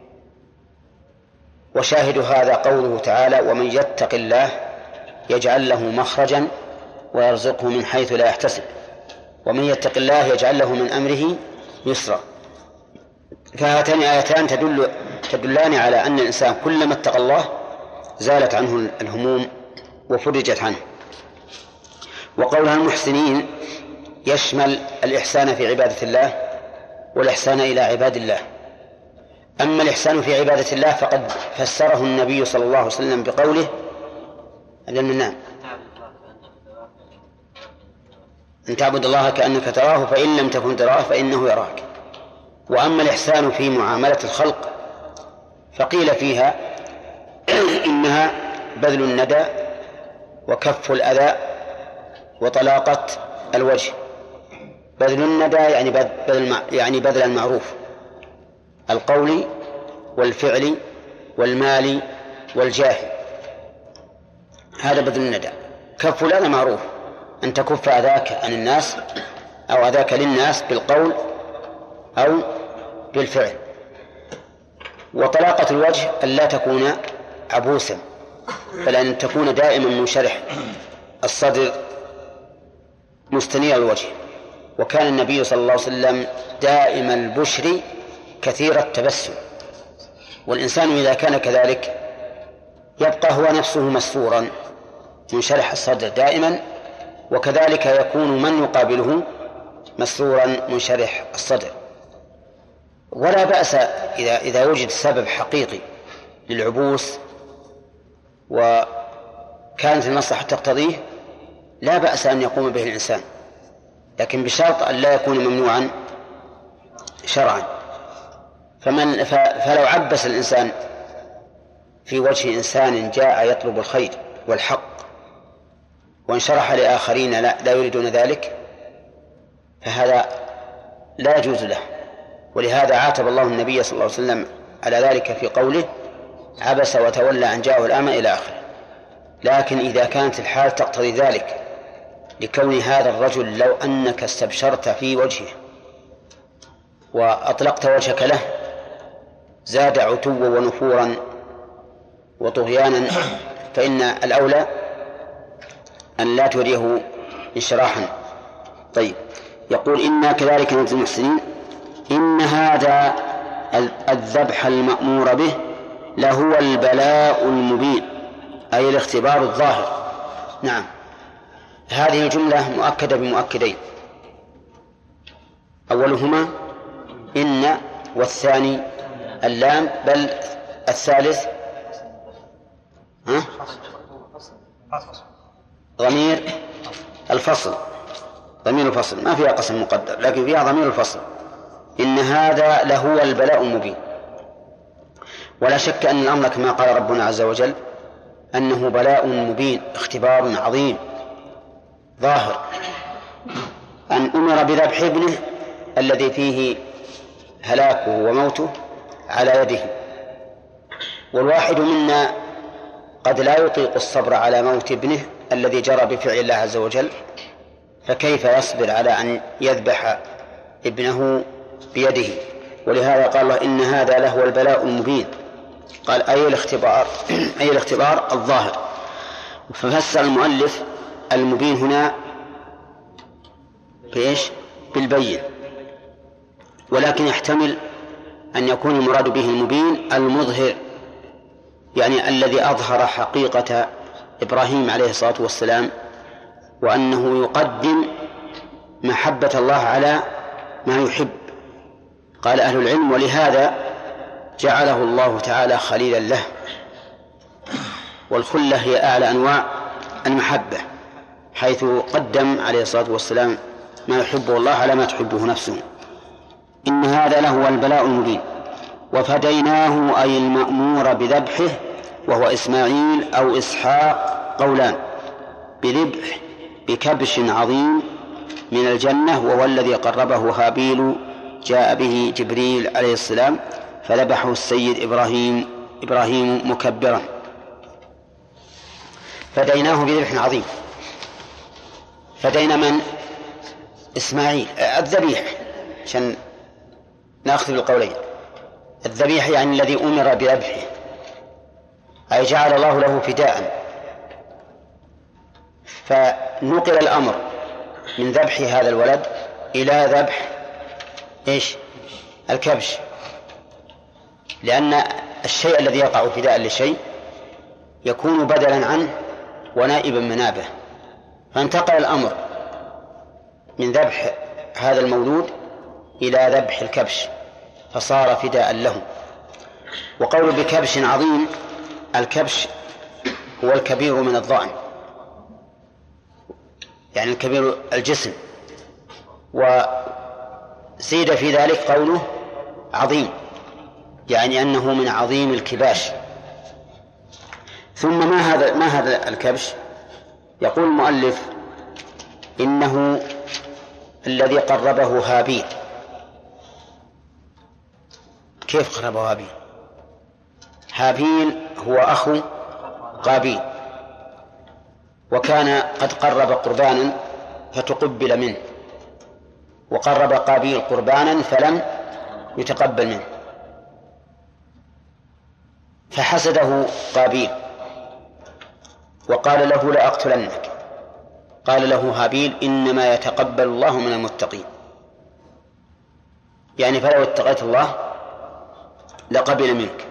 وشاهد هذا قوله تعالى ومن يتق الله يجعل له مخرجا ويرزقه من حيث لا يحتسب، ومن يتق الله يجعل له من أمره يسرا. فهاتان آيتان تدلان على أن الإنسان كلما اتقى الله زالت عنه الهموم وفرجت عنه. وقولها المحسنين يشمل الإحسان في عبادة الله والإحسان إلى عباد الله. أما الإحسان في عبادة الله فقد فسره النبي صلى الله عليه وسلم بقوله أن تعبد الله كأنك تراه فإن لم تكن تراه فإنه يراك. وأما الإحسان في معاملة الخلق فقيل فيها إنها بذل الندى وكف الأذى وطلاقة الوجه. بذل الندى يعني بذل المعروف القول والفعل والمال والجاه، هذا بذل الندى. كف الأذى معروف، أن تكف أذاك عن الناس أو أذاك للناس بالقول أو بالفعل. وطلاقة الوجه أن لا تكون عبوسا، بل أن تكون دائما منشرح الصدر مستنير الوجه. وكان النبي صلى الله عليه وسلم دائم البشر كثير التبسم، والإنسان إذا كان كذلك يبقى هو نفسه مسرورا منشرح الصدر دائما، وكذلك يكون من يقابله مسرورا منشرح الصدر. ولا بأس إذا وجد سبب حقيقي للعبوس وكانت المصلحة تقتضيه لا بأس أن يقوم به الإنسان، لكن بشرط أن لا يكون ممنوعا شرعا. فلو عبس الإنسان في وجه إنسان جاء يطلب الخير والحق وانشرح لآخرين لا يريدون ذلك فهذا لا يجوز له. ولهذا عاتب الله النبي صلى الله عليه وسلم على ذلك في قوله عبس وتولى أن جاءه الأعمى إلى آخره. لكن إذا كانت الحال تقتضي ذلك لكون هذا الرجل لو أنك استبشرت في وجهه وأطلقت وجهك له زاد عتوا ونفورا وطغيانا، فإن الأولى أن لا تريه انشراحا. طيب، يقول إنا كذلك نجزي المحسنين إن هذا الذبح المأمور به لهو البلاء المبين، أي الاختبار الظاهر. نعم، هذه الجملة مؤكدة بمؤكدين، أولهما إن، والثاني اللام، بل الثالث ضمير الفصل، ضمير الفصل ما فيها قسم مقدر لكن فيها ضمير الفصل. إن هذا لهو البلاء المبين. ولا شك أن الأمر كما قال ربنا عز وجل أنه بلاء مبين، اختبار عظيم ظاهر، أن أمر بذبح ابنه الذي فيه هلاكه وموته على يده. والواحد منا قد لا يطيق الصبر على موت ابنه الذي جرى بفعل الله عز وجل، فكيف يصبر على أن يذبح ابنه بيده؟ ولهذا قال الله إن هذا لهو البلاء المبين. قال أي الاختبار الظاهر. ففسر المؤلف المبين هنا بإيش؟ بالبين، ولكن يحتمل أن يكون المراد به المبين المظهر، يعني الذي أظهر حقيقة إبراهيم عليه الصلاة والسلام، وأنه يقدم محبة الله على ما يحب. قال أهل العلم ولهذا جعله الله تعالى خليلا له، والخلة هي أعلى أنواع المحبة، حيث قدم عليه الصلاة والسلام ما يحبه الله على ما تحبه نفسه. إن هذا لهو البلاء المبين. وفديناه أي المأمور بذبحه وهو إسماعيل أو إسحاق قولان، بذبح بكبش عظيم من الجنة وهو الذي قربه هابيل جاء به جبريل عليه السلام فذبحه السيد إبراهيم مكبرا. فديناه بذبح عظيم. فدينا من؟ إسماعيل. الذبيح عشان نأخذ القولين. الذبيح يعني الذي أمر بذبحه، أي جعل الله له فداء، فنقل الأمر من ذبح هذا الولد إلى ذبح إيش؟ الكبش، لأن الشيء الذي يقع فداء للشيء يكون بدلا عنه ونائبا منابه، فانتقل الأمر من ذبح هذا المولود إلى ذبح الكبش فصار فداء له. وقول بكبش عظيم، الكبش هو الكبير من الضأن، يعني الكبير الجسم، وزيد في ذلك قوله عظيم، يعني أنه من عظيم الكباش. ثم ما هذا الكبش؟ يقول المؤلف إنه الذي قربه هابيل. كيف قربه هابيل؟ هابيل هو أخو قابيل، وكان قد قرب قربانا فتقبل منه، وقرب قابيل قربانا فلم يتقبل منه، فحسده قابيل وقال له لا أقتلنك. قال له هابيل إنما يتقبل الله من المتقين، يعني فلو اتقيت الله لقبل منك.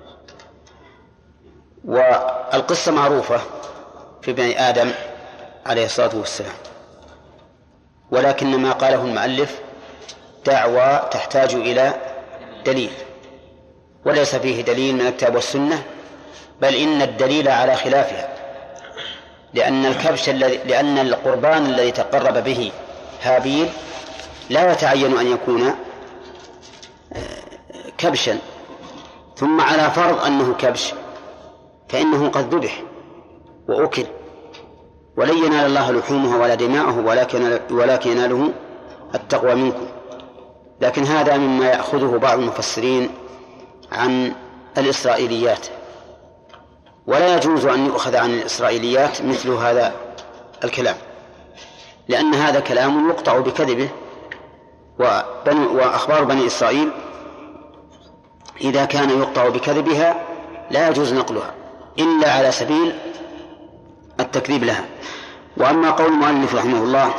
والقصة معروفة في بني آدم عليه الصلاة والسلام، ولكن ما قاله المؤلف دعوى تحتاج إلى دليل، وليس فيه دليل من الكتاب والسنة، بل إن الدليل على خلافها، لأن القربان الذي تقرب به هابيل لا يتعين أن يكون كبشا، ثم على فرض أنه كبش فإنه قد ذبح وأكل، ولن ينال الله لحومه ولا دماءه ولكن يناله التقوى منكم. لكن هذا مما يأخذه بعض المفسرين عن الإسرائيليات، ولا يجوز أن يؤخذ عن الإسرائيليات مثل هذا الكلام، لأن هذا كلام يقطع بكذبه، وأخبار بني إسرائيل إذا كان يقطع بكذبها لا يجوز نقلها إلا على سبيل التكذيب لها. وأما قول المؤلف رحمه الله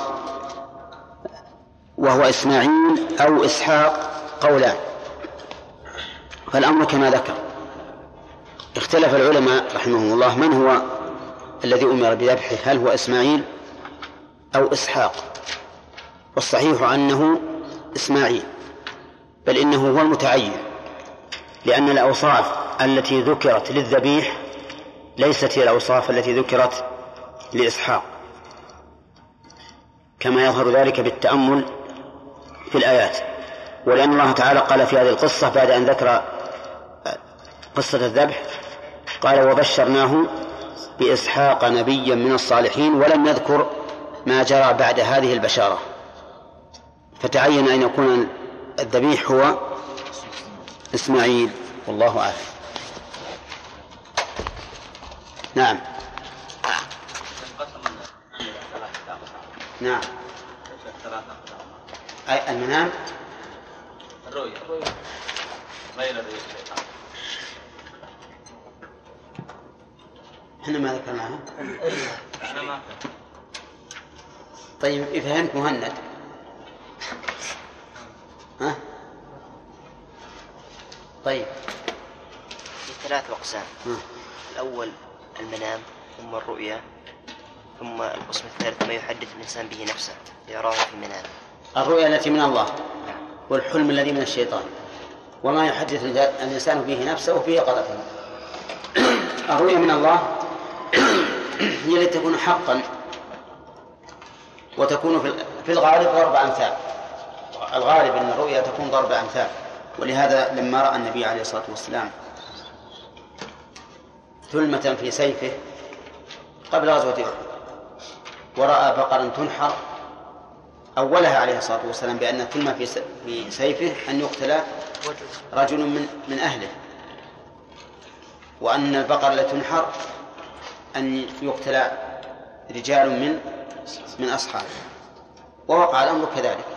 وهو إسماعيل أو إسحاق قولان، فالأمر كما ذكر. اختلف العلماء رحمهم الله من هو الذي أمر بذبحه، هل هو إسماعيل أو إسحاق؟ والصحيح أنه إسماعيل، بل إنه هو المتعين، لأن الأوصاف التي ذكرت للذبيح ليست هي الأوصاف التي ذكرت لإسحاق، كما يظهر ذلك بالتأمل في الآيات. ولأن الله تعالى قال في هذه القصة بعد أن ذكر قصة الذبح قال وبشرناه بإسحاق نبيا من الصالحين، ولم يذكر ما جرى بعد هذه البشارة، فتعين أن يكون الذبيح هو إسماعيل، والله أعلم. نعم نعم أي المنام الرؤيا غير الرؤيا الشيطان. احنا ما ذكرناها. طيب فهمت مهند؟ ها؟ طيب في 3 أقسام. الأول المنام، ثم الرؤيا، ثم القسم الثالث ما يحدث الإنسان به نفسه يراه في منامه. الرؤيا التي من الله والحلم الذي من الشيطان وما يحدث الإنسان به نفسه في يقظته. الرؤيا من الله هي التي تكون حقا وتكون في الغالب ضرب أمثال. الغالب أن الرؤيا تكون ضرب أمثال، ولهذا لما رأى النبي عليه الصلاة والسلام ثلمة في سيفه قبل غزوة أحد ورأى بقرا تنحر أولها عليه الصلاة والسلام بأن الثلمة في سيفه أن يقتل رجل من أهله، وأن البقر التي تنحر أن يقتل رجال من أصحابه، ووقع الأمر كذلك.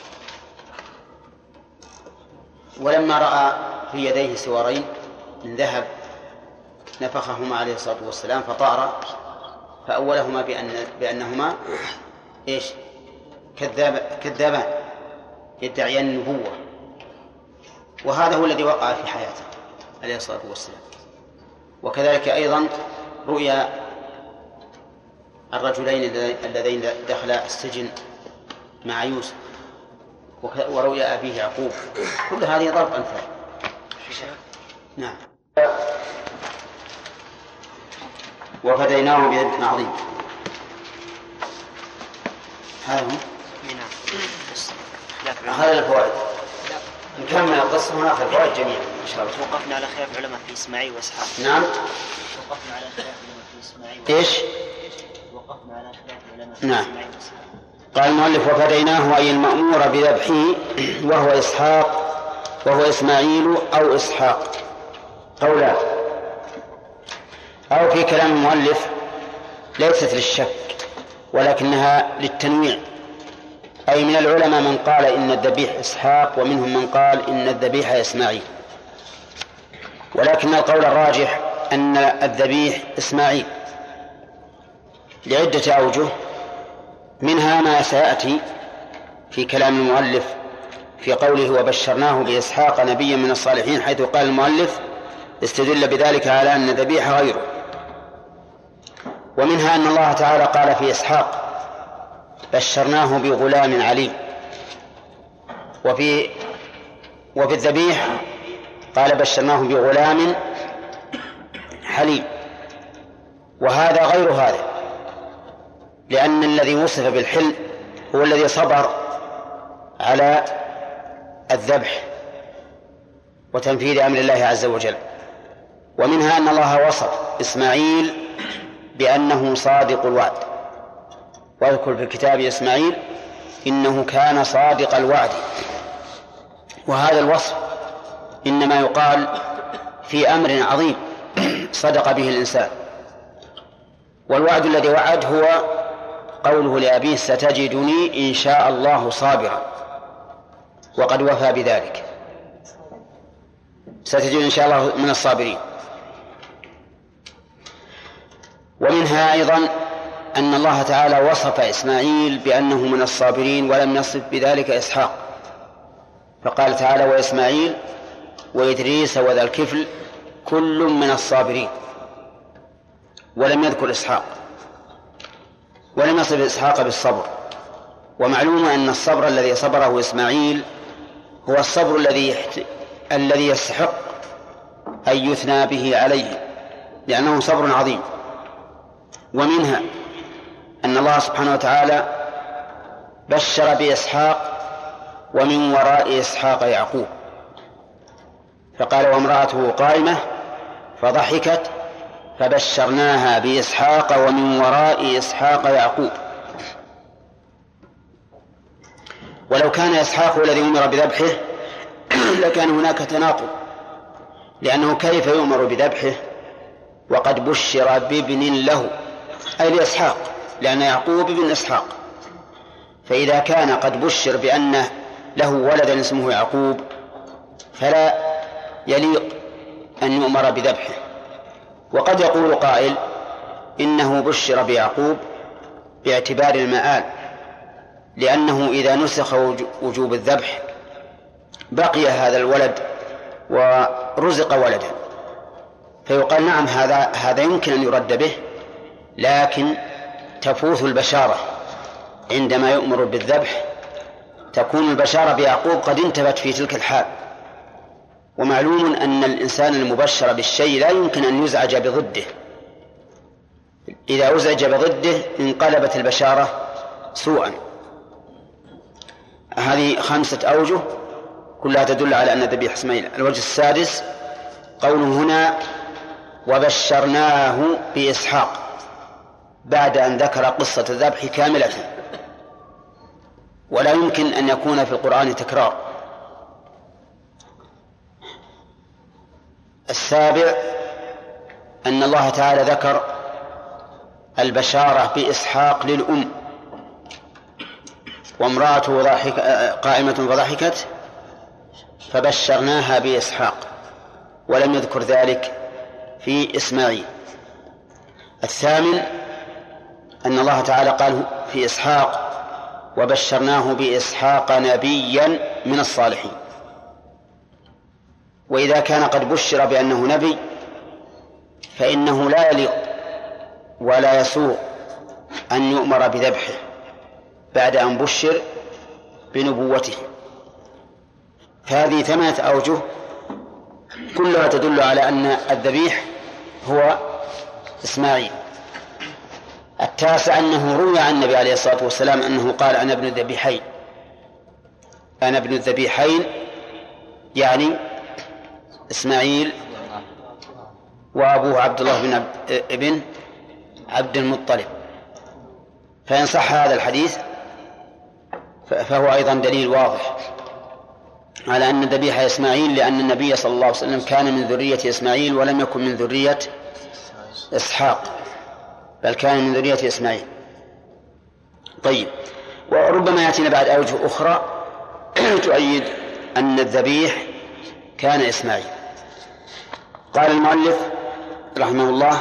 ولما رأى في يديه سوارين من ذهب نفخهما عليه الصلاة والسلام فطار، فأولهما بأنهما إيش؟ كذابان يدعيان النبوة، وهذا هو الذي وقع في حياته عليه الصلاة والسلام. وكذلك أيضا رؤيا الرجلين اللذين دخلا السجن مع يوسف، ورؤيا أبيه يعقوب، كل هذه ضرب أمثال. نعم. وفديناه بذبح عظيم. هذا هو. هذا الفوائد. نكمل القصة ونأخذ الفوائد جميعا إن شاء الله. وقفنا على خلاف العلماء في إسماعيل وإسحاق. نعم. وقفنا على خلاف العلماء في إسماعيل. إيش؟ وقفنا على خلاف العلماء في نعم. إسماعيل وإسحاق. قال المؤلف وفديناه أي المأمور بذبحه وهو إسحاق وهو إسماعيل أو إسحاق، قولان. أو في كلام المؤلف ليست للشك ولكنها للتنويع، أي من العلماء من قال إن الذبيح إسحاق ومنهم من قال إن الذبيح إسماعيل، ولكن القول الراجح أن الذبيح إسماعيل لعدة أوجه، منها ما سيأتي في كلام المؤلف في قوله وبشرناه بإسحاق نبيا من الصالحين، حيث قال المؤلف استدل بذلك على أن الذبيح غيره. ومنها أن الله تعالى قال في إسحاق بشرناه بغلام عليم، وفي الذبيح قال بشرناه بغلام حليم، وهذا غير هذا، لأن الذي وصف بالحلم هو الذي صبر على الذبح وتنفيذ أمر الله عز وجل. ومنها أن الله وصف إسماعيل بأنه صادق الوعد، واذكر في الكتاب إسماعيل إنه كان صادق الوعد، وهذا الوصف إنما يقال في أمر عظيم صدق به الإنسان. والوعد الذي وعد هو قوله لأبيه ستجدني إن شاء الله صابرا، وقد وفى بذلك، ستجدني إن شاء الله من الصابرين. ومنها أيضا أن الله تعالى وصف إسماعيل بأنه من الصابرين ولم يصف بذلك إسحاق، فقال تعالى وإسماعيل وإدريس وذا الكفل كل من الصابرين، ولم يذكر إسحاق، ولم يصف إسحاق بالصبر. ومعلوم أن الصبر الذي صبره إسماعيل هو الصبر الذي يستحق أن يثنى به عليه، لأنه صبر عظيم. ومنها أن الله سبحانه وتعالى بشر بإسحاق ومن وراء إسحاق يعقوب، فقال وامرأته قائمة فضحكت فبشرناها بإسحاق ومن وراء إسحاق يعقوب. ولو كان إسحاق الذي أمر بذبحه لكان هناك تناقض، لأنه كيف يؤمر بذبحه وقد بشر بابن له أي لإسحاق، لأن يعقوب ابن إسحاق، فإذا كان قد بشر بأن له ولدا اسمه يعقوب فلا يليق أن يؤمر بذبحه. وقد يقول قائل إنه بشر بيعقوب باعتبار المآل، لأنه إذا نسخ وجوب الذبح بقي هذا الولد ورزق ولدا، فيقال نعم هذا يمكن أن يرد به، لكن تفوت البشارة عندما يؤمر بالذبح، تكون البشارة بيعقوب قد انتفت في تلك الحال. ومعلوم أن الإنسان المبشر بالشيء لا يمكن أن يزعج بضده، إذا أزعج بضده انقلبت البشارة سوءا. هذه 5 أوجه كلها تدل على أن الذبيح إسماعيل. الوجه السادس قوله هنا وبشرناه بإسحاق بعد أن ذكر قصة الذبح كاملة، ولا يمكن أن يكون في القرآن تكرار. السابع أن الله تعالى ذكر البشارة بإسحاق للأم، وامرأته قائمة فضحكت فبشرناها بإسحاق، ولم يذكر ذلك في إسماعيل. الثامن أن الله تعالى قال في إسحاق وبشرناه بإسحاق نبيا من الصالحين. وإذا كان قد بشر بأنه نبي فإنه لا يليق ولا يسوغ أن يؤمر بذبحه بعد أن بشر بنبوته. فهذه 8 أوجه كلها تدل على أن الذبيح هو إسماعيل. التاسع أنه روي عن النبي عليه الصلاة والسلام أنه قال أنا ابن الذبيحين، أنا ابن الذبيحين، يعني إسماعيل وأبوه عبد الله بن عبد المطلب. فإن صح هذا الحديث فهو أيضا دليل واضح على أن الذبيح إسماعيل، لأن النبي صلى الله عليه وسلم كان من ذرية إسماعيل ولم يكن من ذرية إسحاق، بل كان من ذرية إسماعيل. طيب، وربما يأتينا بعد أوجه أخرى تؤيد أن الذبيح كان إسماعيل. قال المؤلف رحمه الله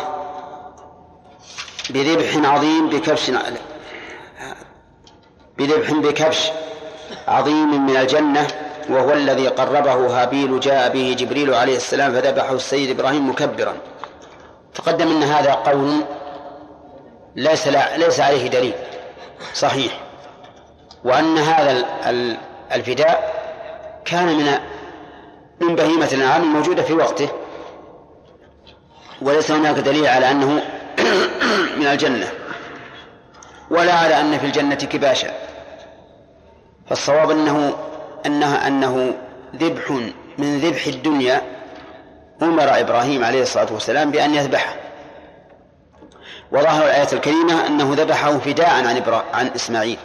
بذبح عظيم بكبش عظيم من الجنة، وهو الذي قربه هابيل جاء به جبريل عليه السلام فذبحه السيد إبراهيم مكبرا. تقدم أن هذا قول ليس عليه دليل صحيح، وأن هذا الفداء كان من بهيمة الأنعام الموجودة في وقته، وليس هناك دليل على أنه من الجنة ولا على أن في الجنة كباشا. فالصواب أنه ذبح من ذبح الدنيا أمر إبراهيم عليه الصلاة والسلام بأن يذبحه، وظاهر الآية الكريمة أنه ذبحه فداء عن إسماعيل.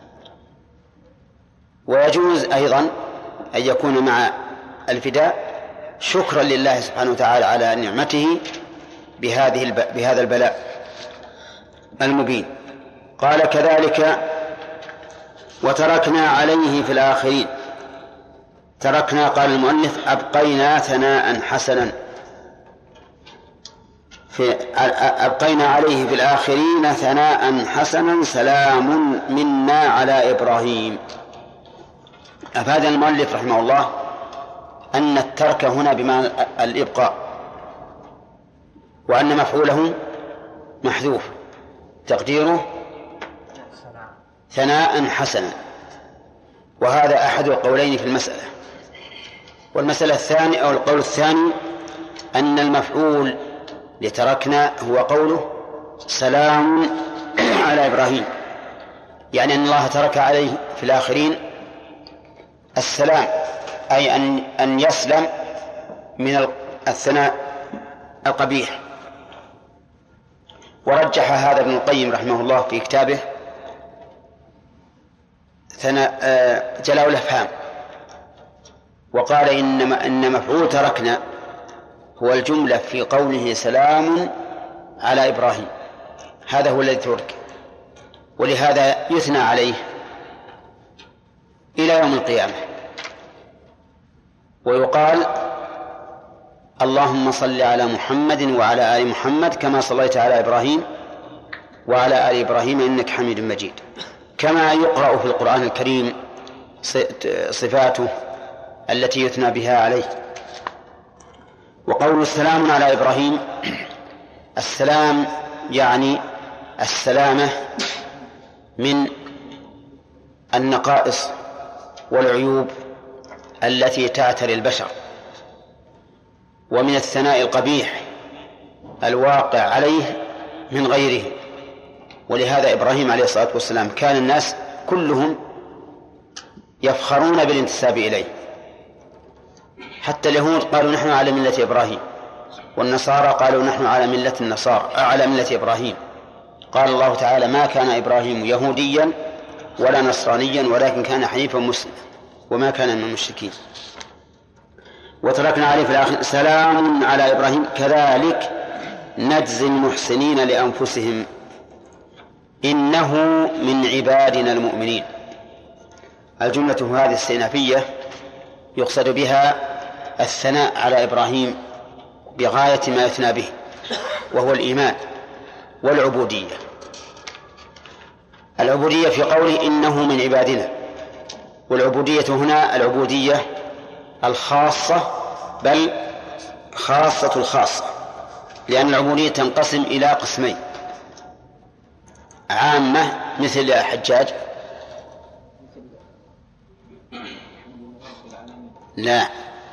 ويجوز أيضا أن يكون مع الفداء شكرا لله سبحانه وتعالى على نعمته بهذا البلاء المبين. قال كذلك وتركنا عليه في الآخرين. تركنا، قال المؤلف أبقينا ثناء حسنا، أبقينا عليه في الآخرين ثناء حسنا سلام منا على إبراهيم. أفاد المؤلف رحمه الله أن الترك هنا بمعنى الإبقاء، وأن مفعوله محذوف تقديره ثناء حسنا، وهذا أحد القولين في المسألة. والمسألة الثانية أو القول الثاني أن المفعول لتركنا هو قوله سلام على إبراهيم، يعني أن الله ترك عليه في الآخرين السلام، أي أن يسلم من الثناء القبيح. ورجح هذا ابن القيم رحمه الله في كتابه جلاء الأفهام، وقال إن مفعول تركنا هو الجملة في قوله سلام على إبراهيم، هذا هو الذي ترك، ولهذا يثنى عليه إلى يوم القيامة. ويقال اللهم صل على محمد وعلى آل محمد كما صليت على إبراهيم وعلى آل إبراهيم إنك حميد مجيد، كما يقرأ في القرآن الكريم صفاته التي يثنى بها عليه. وقول السلام على إبراهيم، السلام يعني السلامة من النقائص والعيوب التي تعتري البشر، ومن الثناء القبيح الواقع عليه من غيره. ولهذا إبراهيم عليه الصلاة والسلام كان الناس كلهم يفخرون بالانتساب إليه، حتى اليهود قالوا نحن على ملة إبراهيم، والنصارى قالوا نحن على ملة النصارى على ملة إبراهيم. قال الله تعالى ما كان إبراهيم يهوديا ولا نصرانيا ولكن كان حنيفا مسلما وما كان من المشركين. وتركنا عليه في الآخر سلام على إبراهيم كذلك نجزي المحسنين لأنفسهم إنه من عبادنا المؤمنين. الجملة هذه استئنافية يقصد بها الثناء على إبراهيم بغاية ما يثنى به، وهو الإيمان والعبودية. العبودية في قوله إنه من عبادنا، والعبودية هنا العبودية الخاصة بل خاصة الخاصة، لأن العبودية تنقسم إلى قسمين: عامة مثل حجاج، لا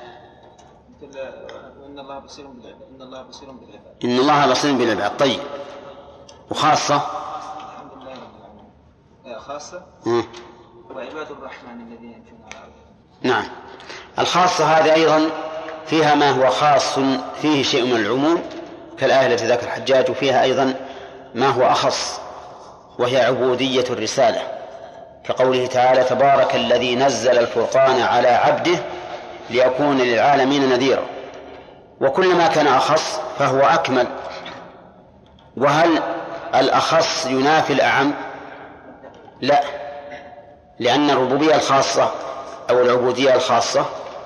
إن الله بصير بالعباد. إن الله بصير بالعباد. طيب، وخاصة الحمد لله رب العالمين. خاصة وعباد الرحمن الذين يمشون على الأرض. نعم، الخاصة هذه أيضا فيها ما هو خاص فيه شيء من العموم كالآية التي ذكر الحجاج، وفيها أيضا ما هو أخص وهي عبودية الرسالة، كقوله تعالى تبارك الذي نزل الفرقان على عبده ليكون للعالمين نذيرا. وكلما كان أخص فهو أكمل. وهل الأخص ينافي الأعم؟ لا، لأن الربوبية الخاصة أو العبودية الخاصة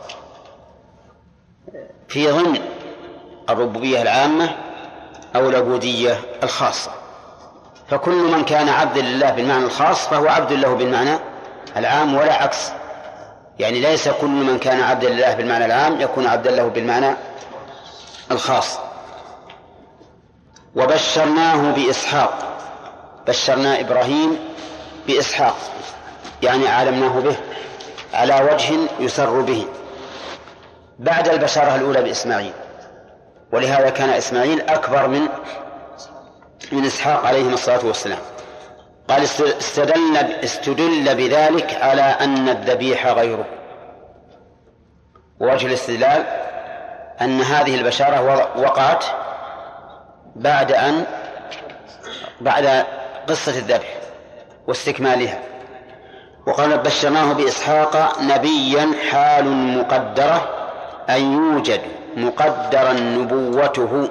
في ضمن الربوبية العامة أو العبودية الخاصة، فكل من كان عبدا لله بالمعنى الخاص فهو عبد له بالمعنى العام ولا عكس. يعني ليس كل من كان عبدا لله بالمعنى العام يكون عبدا له بالمعنى الخاص. وبشرناه بإسحاق، بشرنا إبراهيم بإسحاق يعني أعلمناه به على وجه يسر به بعد البشارة الأولى بإسماعيل، ولهذا كان إسماعيل أكبر من إسحاق عليهم الصلاة والسلام. قال استدل بذلك على أن الذبيح غيره. ووجه الاستدلال أن هذه البشارة وقعت بعد قصة الذبح واستكمالها. وقال بشرناه بإسحاق نبيا حال مقدرة أن يوجد مقدرا نبوته.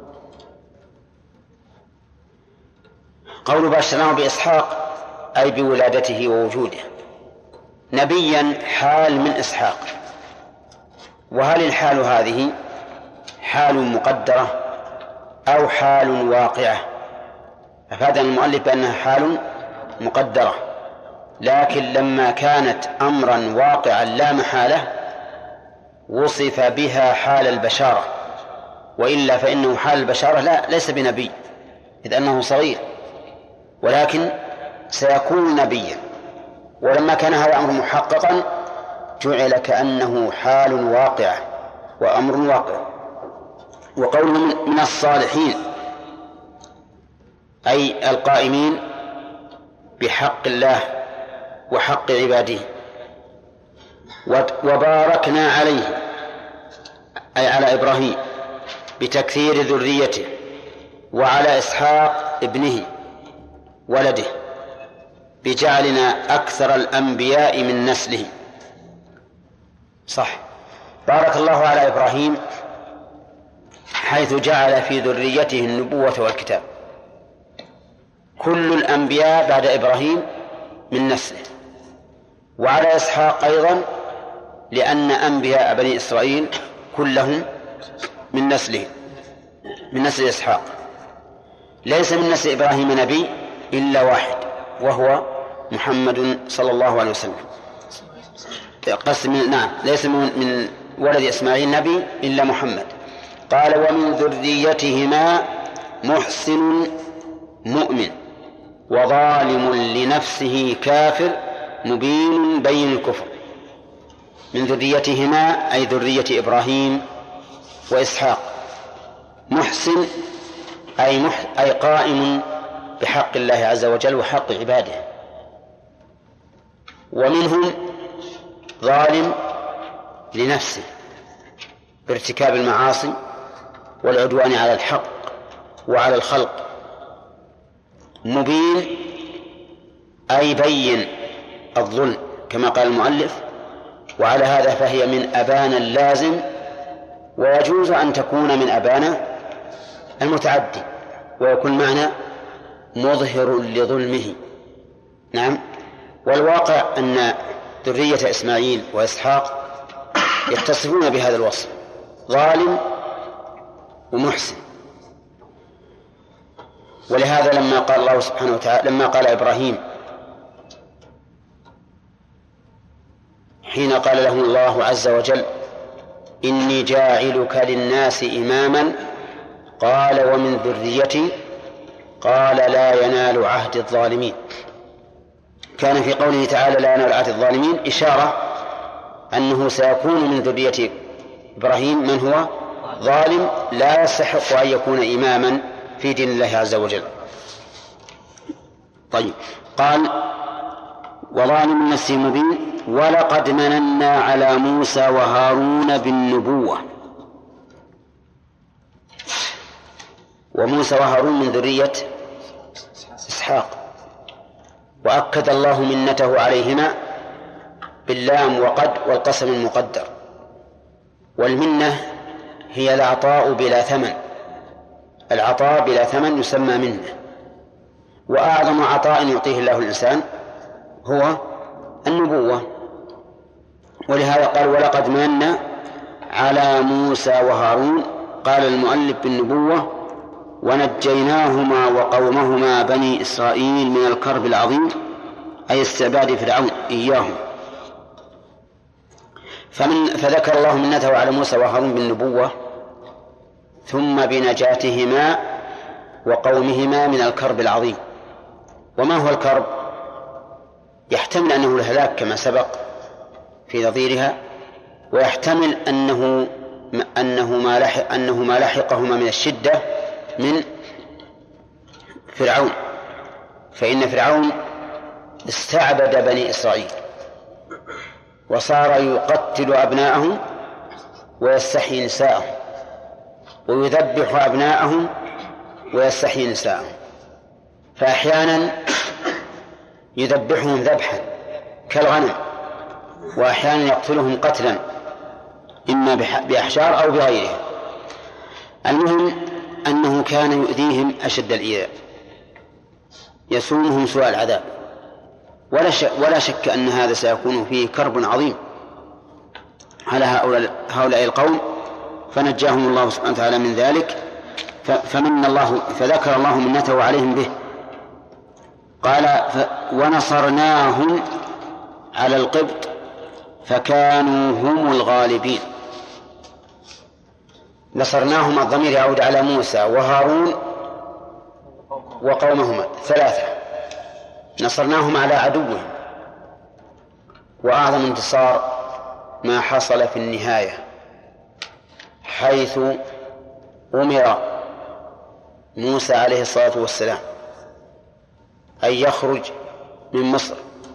قول بشرناه بإسحاق أي بولادته ووجوده، نبيا حال من إسحاق. وهل الحال هذه حال مقدرة أو حال واقعة؟ أفادنا المؤلف بأنها حال مقدرة، لكن لما كانت أمرا واقعا لا محالة وصف بها حال البشارة، وإلا فإنه حال البشارة ليس بنبي إذ أنه صغير، ولكن سيكون نبيا. ولما كان هذا الأمر محققا جعل كأنه حال واقعة وأمر واقع. وقوله من الصالحين أي القائمين بحق الله وحق عباده. وباركنا عليه أي على إبراهيم بتكثير ذريته، وعلى إسحاق ابنه ولده بجعلنا أكثر الأنبياء من نسله. صح، بارك الله على إبراهيم حيث جعل في ذريته النبوة والكتاب. كل الأنبياء بعد إبراهيم من نسله، وعلى إسحاق أيضا لأن أنبياء بني إسرائيل كلهم من نسله، من نسل إسحاق. ليس من نسل إبراهيم نبي إلا واحد وهو محمد صلى الله عليه وسلم. نعم، ليس من ولد إسماعيل نبي إلا محمد. قال ومن ذريتهما محسن مؤمن وظالم لنفسه كافر مبين بين الكفر. من ذريتهما أي ذرية إبراهيم وإسحاق. محسن أي قائم بحق الله عز وجل وحق عباده. ومنهم ظالم لنفسه بارتكاب المعاصي والعدوان على الحق وعلى الخلق. مبين أي بين الظلم كما قال المؤلف، وعلى هذا فهي من أبان اللازم، ويجوز أن تكون من أبان المتعدي ويكون معنى مظهر لظلمه. نعم، والواقع أن ذرية إسماعيل وإسحاق يتصفون بهذا الوصف، ظالم ومحسن. ولهذا لما قال الله سبحانه وتعالى، لما قال إبراهيم حين قال له الله عز وجل إني جاعلك للناس إماما قال ومن ذريتي قال لا ينال عهد الظالمين. كان في قوله تعالى لا ينال عهد الظالمين إشارة أنه سيكون من ذرية إبراهيم من هو ظالم لا يستحق أن يكون إماما في دين الله عز وجل. طيب، قال وظالم نفسه مبين ولقد مننا على موسى وهارون بالنبوة. وموسى وهارون من ذرية إسحاق، وأكد الله منته عليهما باللام وقد والقسم المقدر. والمنة هي العطاء بلا ثمن، العطاء بلا ثمن يسمى منة. وأعظم عطاء يعطيه الله الإنسان هو النبوة. ولهذا قال ولقد مننا على موسى وهارون. قال المؤلف بالنبوة ونجيناهما وقومهما بني إسرائيل من الكرب العظيم أي استعباد فرعون إياهم. فذكر الله منته على موسى وهارون بالنبوة ثم بنجاتهما وقومهما من الكرب العظيم. وما هو الكرب؟ يحتمل أنه الهلاك كما سبق في نظيرها، ويحتمل أنه ما لحقهما من الشدة من فرعون، فإن فرعون استعبد بني إسرائيل وصار يقتل أبناءهم ويستحيي نساءهم ويذبح أبناءهم ويستحيي نساءهم. فأحيانا يذبحهم ذبحا كالغنم، وأحيانا يقتلهم قتلا إما بأحجار أو بغيرها. المهم أنه كان يؤذيهم أشد الإيذاء، يسومهم سوء العذاب، ولا شك أن هذا سيكون فيه كرب عظيم على هؤلاء القوم، فنجاهم الله سبحانه وتعالى من ذلك. فذكر الله منته عليهم به. قال ونصرناهم على القبط فكانوا هم الغالبين. نصرناهم الضمير يعود على موسى وهارون وقومهما ثلاثة، نصرناهم على عدوهم. وأعظم انتصار ما حصل في النهاية، حيث أمر موسى عليه الصلاة والسلام أن يخرج من مصر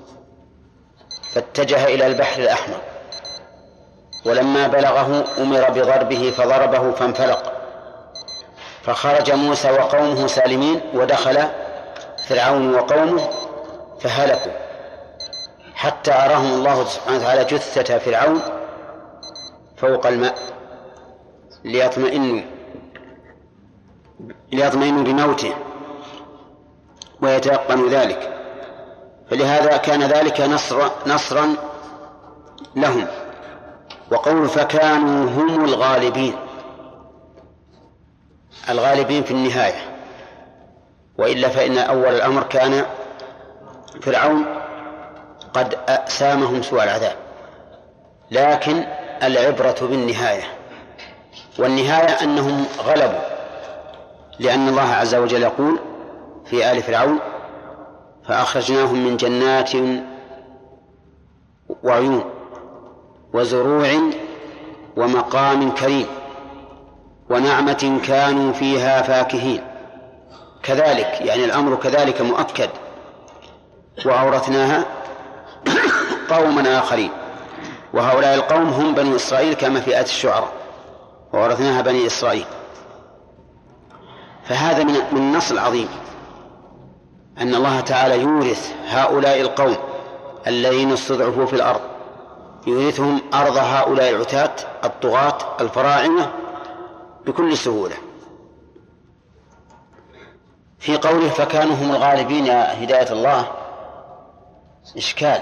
فاتجه إلى البحر الأحمر، ولما بلغه أمر بضربه فضربه فانفلق، فخرج موسى وقومه سالمين ودخل فرعون وقومه فهلكوا، حتى أراهم الله سبحانه وتعالى جثة فرعون فوق الماء ليطمئنوا بموته ويتيقنوا ذلك. فلهذا كان ذلك نصرا لهم. وقول فكانوا هم الغالبين في النهاية، وإلا فإن أول الأمر كان فرعون قد سامهم سوء العذاب، لكن العبرة بالنهاية، والنهاية أنهم غلبوا، لأن الله عز وجل يقول في آل فرعون فأخرجناهم من جنات وعيون وزروع ومقام كريم ونعمة كانوا فيها فاكهين. كذلك يعني الأمر كذلك مؤكد. وأورثناها قوما آخرين، وهؤلاء القوم هم بني إسرائيل كما في آية الشعراء وأورثناها بني إسرائيل. فهذا من النص العظيم أن الله تعالى يورث هؤلاء القوم الذين استضعفوا في الأرض، يورثهم أرض هؤلاء العتاة الطغاة الفراعنة بكل سهولة. في قوله فكانوا هم الغالبين يا هداية الله إشكال،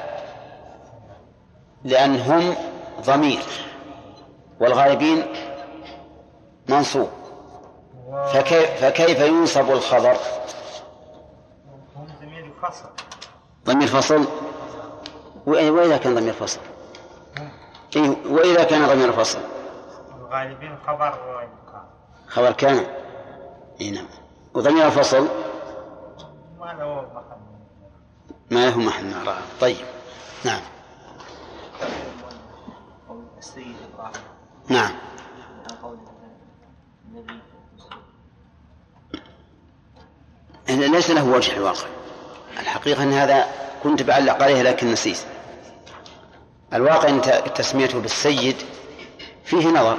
لأن هم ضمير والغالبين منصوب، فكيف ينصب الخبر؟ ضمير فصل. وإذا كان ضمير فصل وإذا كان ضمير فصل الغالبين خبر كان نعم. وضمير الفصل ما له محل من إعراب. طيب نعم. السيد إبراهيم نعم. ليس له وجه الواقع. الحقيقة أن هذا كنت بعلق عليه لكن نسيت. الواقع أن تسميته بالسيد فيه نظر.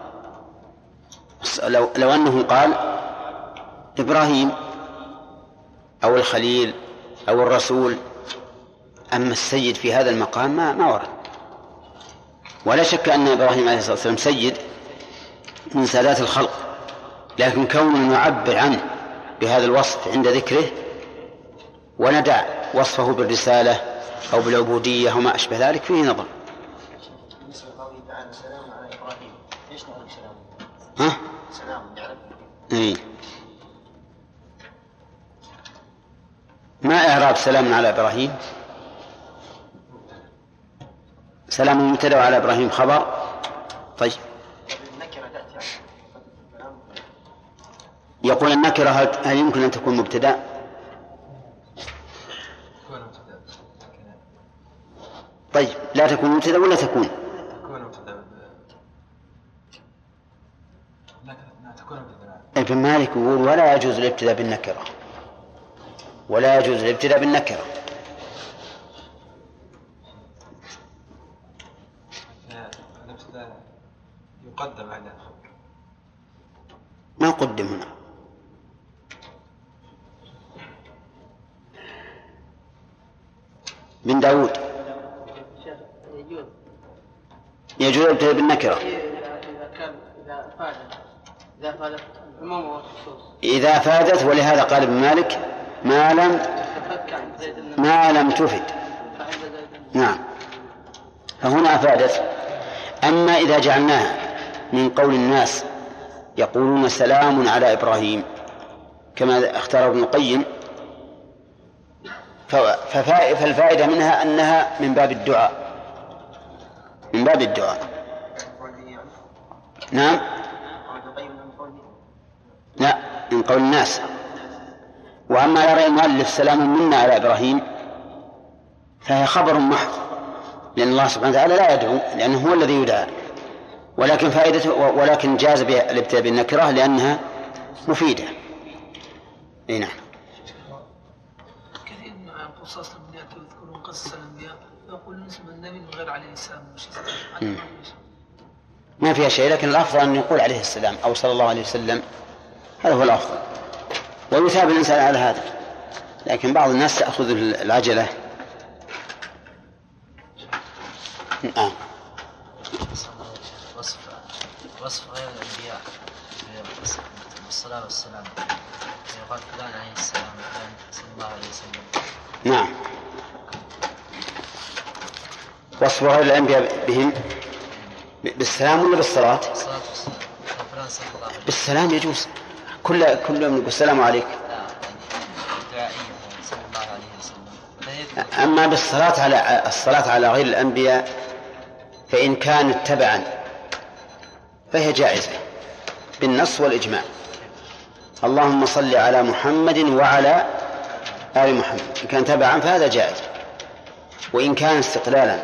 لو أنه قال إبراهيم أو الخليل أو الرسول، أما السيد في هذا المقام ما ورد. ولا شك أن إبراهيم عليه الصلاة والسلام سيد من سادات الخلق، لكن كونه يعبر عنه بهذا الوصف عند ذكره وندع وصفه بالرسالة أو بالعبودية وما أشبه ذلك فيه نظر. بالنسبة لقوله تعالى سلام على إبراهيم، إيش نعرف سلام؟ ها؟ سلام نعرف. إيه. ما إعراب سلام على إبراهيم؟ سلام مبتدأ على إبراهيم خبر. طيب يقول النكرة هل يمكن أن تكون مبتدأ؟ طيب لا تكون مبتدأ ولا تكون؟ ابن مالك يقول ولا يجوز الابتداء بالنكرة، ولا يجوز الابتداء بالنكرة. يقدم على ما قدم هنا. من داود يجوز الابتداء بالنكرة إذا فادت، ولهذا قال ابن مالك ما لم تفد. نعم، فهنا أفادت. أما إذا جعلناها من قول الناس يقولون سلام على إبراهيم كما اختار ابن القيم، فالفائدة منها أنها من باب الدعاء، من باب الدعاء. نعم، لا، من قول الناس. وأما يرى المؤلف سلام منا على إبراهيم فهي خبر محض، لأن الله سبحانه وتعالى لا يدعو، لأنه هو الذي يدعى. ولكن فائدته ولكن جاز الابتداء بالنكرة لأنها مفيدة. نعم. كثير من قصص الأنبياء يذكرون قصص الأنبياء يقولون اسم النبي من غير عليه السلام. ما فيها شيء، لكن الأفضل أن يقول عليه السلام أو صلى الله عليه وسلم، هذا هو الأفضل، ويثاب الإنسان على هذا. لكن بعض الناس تأخذ العجلة. وصف غير الأنبياء بالصلاة والسلام، يقال فلان عليه السلام فلان صلى الله عليه وسلم. نعم. وصف غير الأنبياء بهم بالسلام ولا بالصلاة؟ بالسلام يجوز، كل يوم نقول السلام عليك. أما بالصلاة على الصلاة على غير الأنبياء فإن كانت تبعا فهي جائزة بالنص والإجماع. اللهم صل على محمد وعلى آل محمد، إن كان تبعا فهذا جائز. وإن كان استقلالا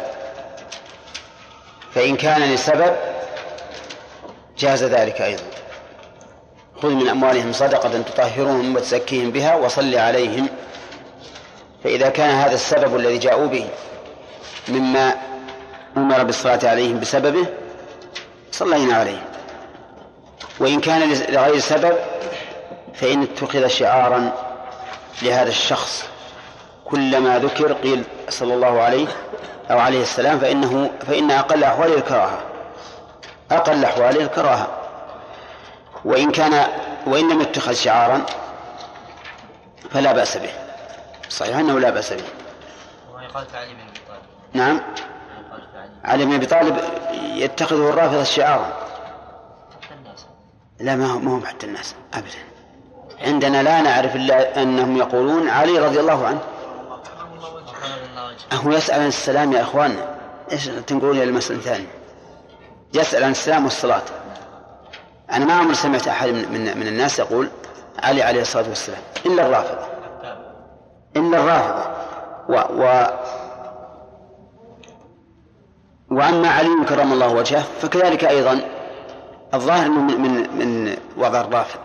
فإن كان لسبب جاز ذلك أيضا. خذ من أموالهم صدقة تطهرهم وتزكيهم بها وصل عليهم. فإذا كان هذا السبب الذي جاءوا به مما أمر بالصلاة عليهم بسببه صلينا عليهم. وإن كان لغير سبب فإن اتخذ شعارا لهذا الشخص، كلما ذكر قيل صلى الله عليه أو عليه السلام فإن أقل أحواله الكراهة. وإن لم يتخذ شعارا فلا بأس به، صحيح أنه لا بأس به. نعم، علي بن أبي طالب يتخذه الرافضة شعارا. لا، ما هم حتى الناس أبدا. عندنا لا نعرف إلا أنهم يقولون علي رضي الله عنه. هو يسأل عن السلام يا أخواننا، إيش تنقلون إلى المسألة الثانية؟ يسأل عن السلام والصلاة. أنا ما عمر سمعت أحد من الناس يقول علي عليه الصلاة والسلام إلا الرافضة. وأما علي كرم الله وجهه فكذلك أيضا الظاهر من وضع الرافضة.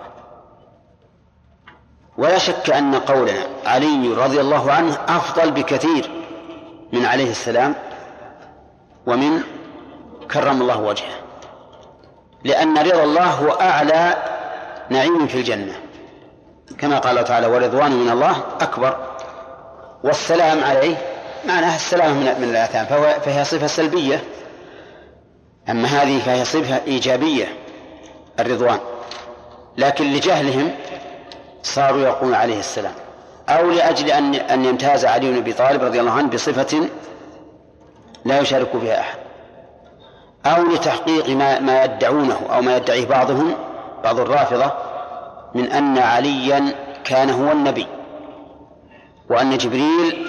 ولا شك أن قولنا علي رضي الله عنه أفضل بكثير من عليه السلام ومن كرم الله وجهه، لأن رضا الله هو أعلى نعيم في الجنة، كما قال تعالى ورضوان من الله أكبر. والسلام عليه معناها السلام من الآثام، فهي صفة سلبية. أما هذه فهي صفة إيجابية الرضوان. لكن لجهلهم صاروا يقولون عليه السلام، أو لأجل أن يمتاز علي بن أبي طالب رضي الله عنه بصفة لا يشارك فيها أحد، أو لتحقيق ما يدعونه أو ما يدعيه بعض الرافضة من أن عليا كان هو النبي، وأن جبريل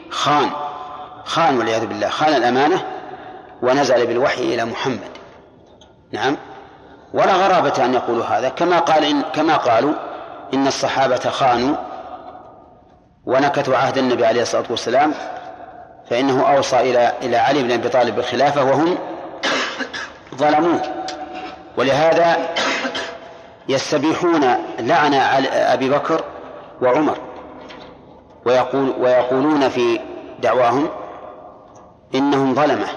خان والعياذ بالله، خان الأمانة ونزل بالوحي إلى محمد. نعم، ولا غرابة أن يقولوا هذا، كما قالوا إن الصحابة خانوا ونكثوا عهد النبي عليه الصلاة والسلام، فإنه أوصى إلى علي بن أبي طالب بالخلافة وهم ظلموه. ولهذا يستبيحون لعن أبي بكر وعمر، ويقولون في دعواهم إنهم ظلمة،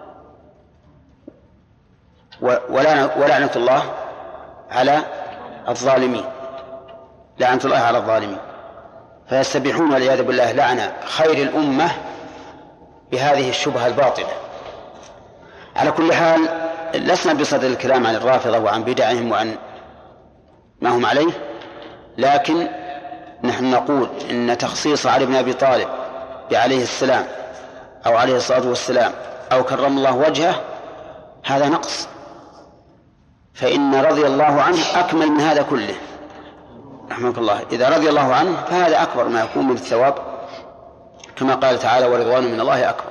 ولعنة الله على الظالمين، لعنة الله على الظالمين. فيستبيحون والعياذ بالله لعنة خير الأمة بهذه الشبهة الباطلة. على كل حال لسنا بصدد الكلام عن الرافضة وعن بدعهم وعن ما هم عليه، لكن نحن نقول إن تخصيص علي بن أبي طالب بعليه السلام أو عليه الصلاة والسلام أو كرم الله وجهه هذا نقص، فإن رضي الله عنه أكمل من هذا كله. رحمك الله، إذا رضي الله عنه فهذا أكبر ما يكون من الثواب، كما قال تعالى ورضوان من الله أكبر.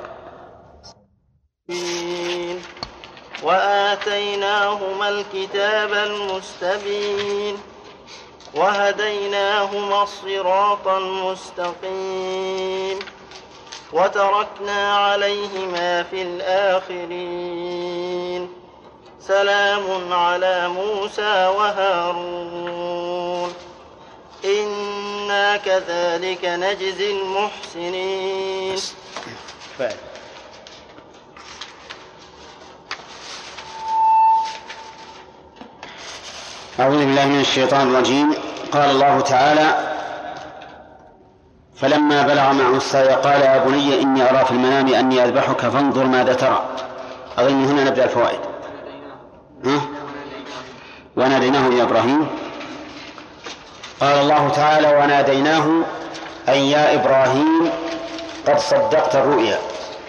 وآتيناهما الكتاب المستبين وهديناهما الصراط المستقيم وتركنا عليهما في الآخرين سلام على موسى وهارون إنا كذلك نجزي المحسنين. أعوذ بالله من الشيطان الرجيم. قال الله تعالى: فلما بلغ معه السعي قال يا بني إني أرى في المنام أني أذبحك فانظر ماذا ترى. أظن هنا نبدأ الفوائد. وناديناه يا إبراهيم. قال الله تعالى: وناديناه أن يا إبراهيم قد صدقت الرؤيا.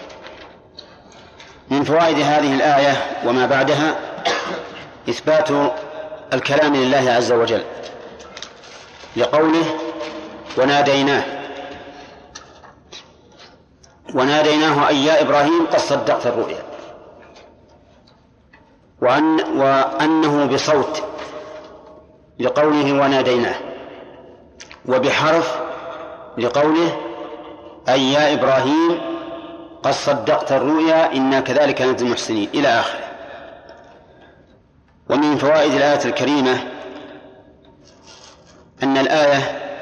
من فوائد هذه الآية وما بعدها إثبات الكلام لله عز وجل لقوله وناديناه أي يا إبراهيم قد صدقت الرؤيا، وأنه بصوت لقوله وناديناه، وبحرف لقوله أي يا إبراهيم قد صدقت الرؤيا إنا كذلك نجزي المحسنين إلى آخره. ومن فوائد الآية الكريمة أن الآية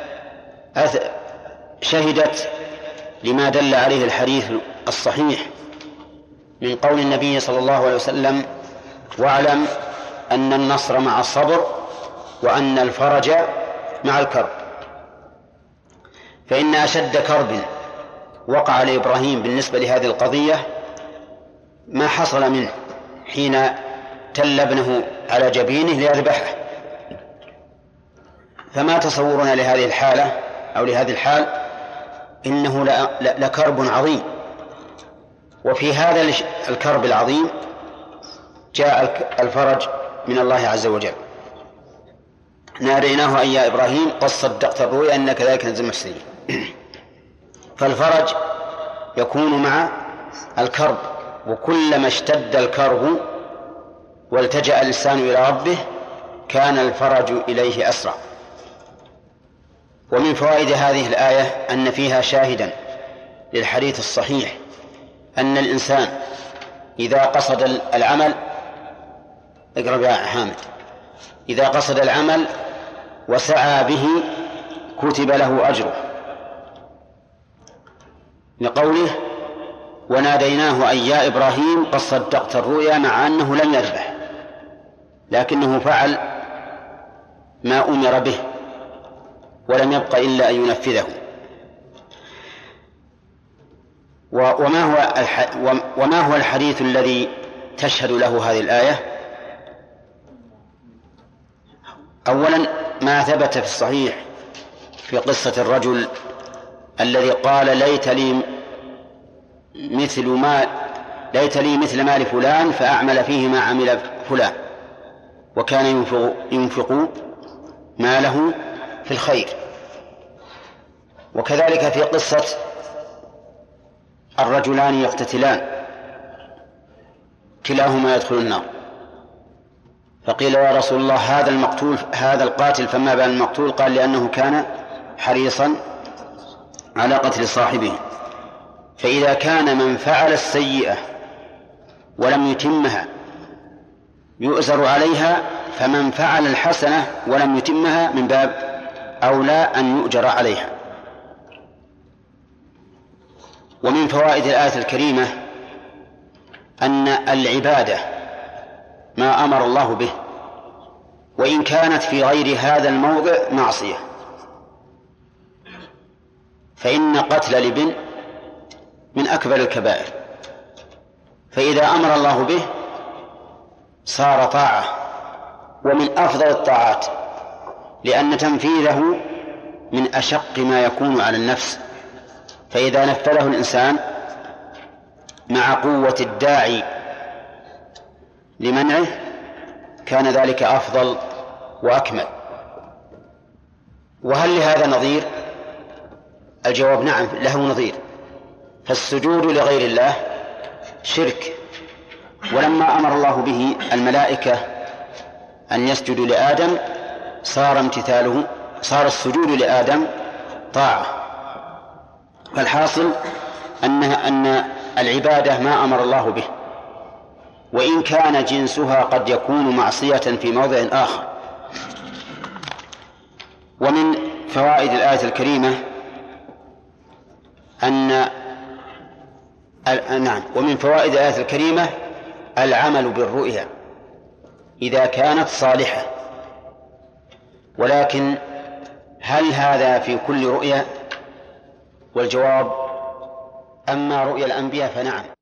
شهدت لما دل عليه الحديث الصحيح من قول النبي صلى الله عليه وسلم: واعلم أن النصر مع الصبر وأن الفرج مع الكرب. فإن أشد كرب وقع لإبراهيم بالنسبة لهذه القضية ما حصل منه حين تل ابنه على جبينه ليذبحه. فما تصورنا لهذه الحالة أو لهذه الحال إنه لكرب عظيم. وفي هذا الكرب العظيم جاء الفرج من الله عز وجل. ناديناه أي يا إبراهيم قد صدقت الرؤيا إنا كذلك نجزي المحسنين. فالفرج يكون مع الكرب، وكلما اشتد الكرب والتجأ الإنسان إلى ربه كان الفرج إليه أسرع. ومن فوائد هذه الآية أن فيها شاهدا للحديث الصحيح أن الإنسان إذا قصد العمل اقرب يا حامد إذا قصد العمل وسعى به كتب له أجره، لقوله وناديناه أي يا إبراهيم قد صدقت الرؤيا، مع أنه لم يذبح لكنه فعل ما أمر به ولم يبق إلا أن ينفذه. وما هو الحديث الذي تشهد له هذه الآية؟ أولا ما ثبت في الصحيح في قصة الرجل الذي قال ليت لي مثل مال فلان فأعمل فيه ما عمل فلان، وكان ينفق ماله في الخير. وكذلك في قصة الرجلان يقتتلان كلاهما يدخل النار، فقيل يا رسول الله هذا القاتل فما بال المقتول؟ قال لأنه كان حريصا على قتل صاحبه. فإذا كان من فعل السيئة ولم يتمها يؤزر عليها، فمن فعل الحسنة ولم يتمها من باب أولى أن يؤجر عليها. ومن فوائد الآية الكريمة أن العبادة ما أمر الله به، وإن كانت في غير هذا الموضع معصية، فإن قتل الابن من أكبر الكبائر، فإذا أمر الله به صار طاعة ومن أفضل الطاعات، لأن تنفيذه من أشق ما يكون على النفس. فإذا نفذه الإنسان مع قوة الداعي لمنعه كان ذلك أفضل وأكمل. وهل لهذا نظير؟ الجواب نعم، له نظير. فالسجود لغير الله شرك، ولما أمر الله به الملائكة أن يسجدوا لآدم صار السجود لآدم طاعة. فالحاصل أن العبادة ما أمر الله به، وإن كان جنسها قد يكون معصية في موضع آخر. ومن فوائد الآية الكريمة ومن فوائد الآية الكريمة العمل بالرؤيا إذا كانت صالحة. ولكن هل هذا في كل رؤيا؟ والجواب: أما رؤيا الأنبياء فنعم،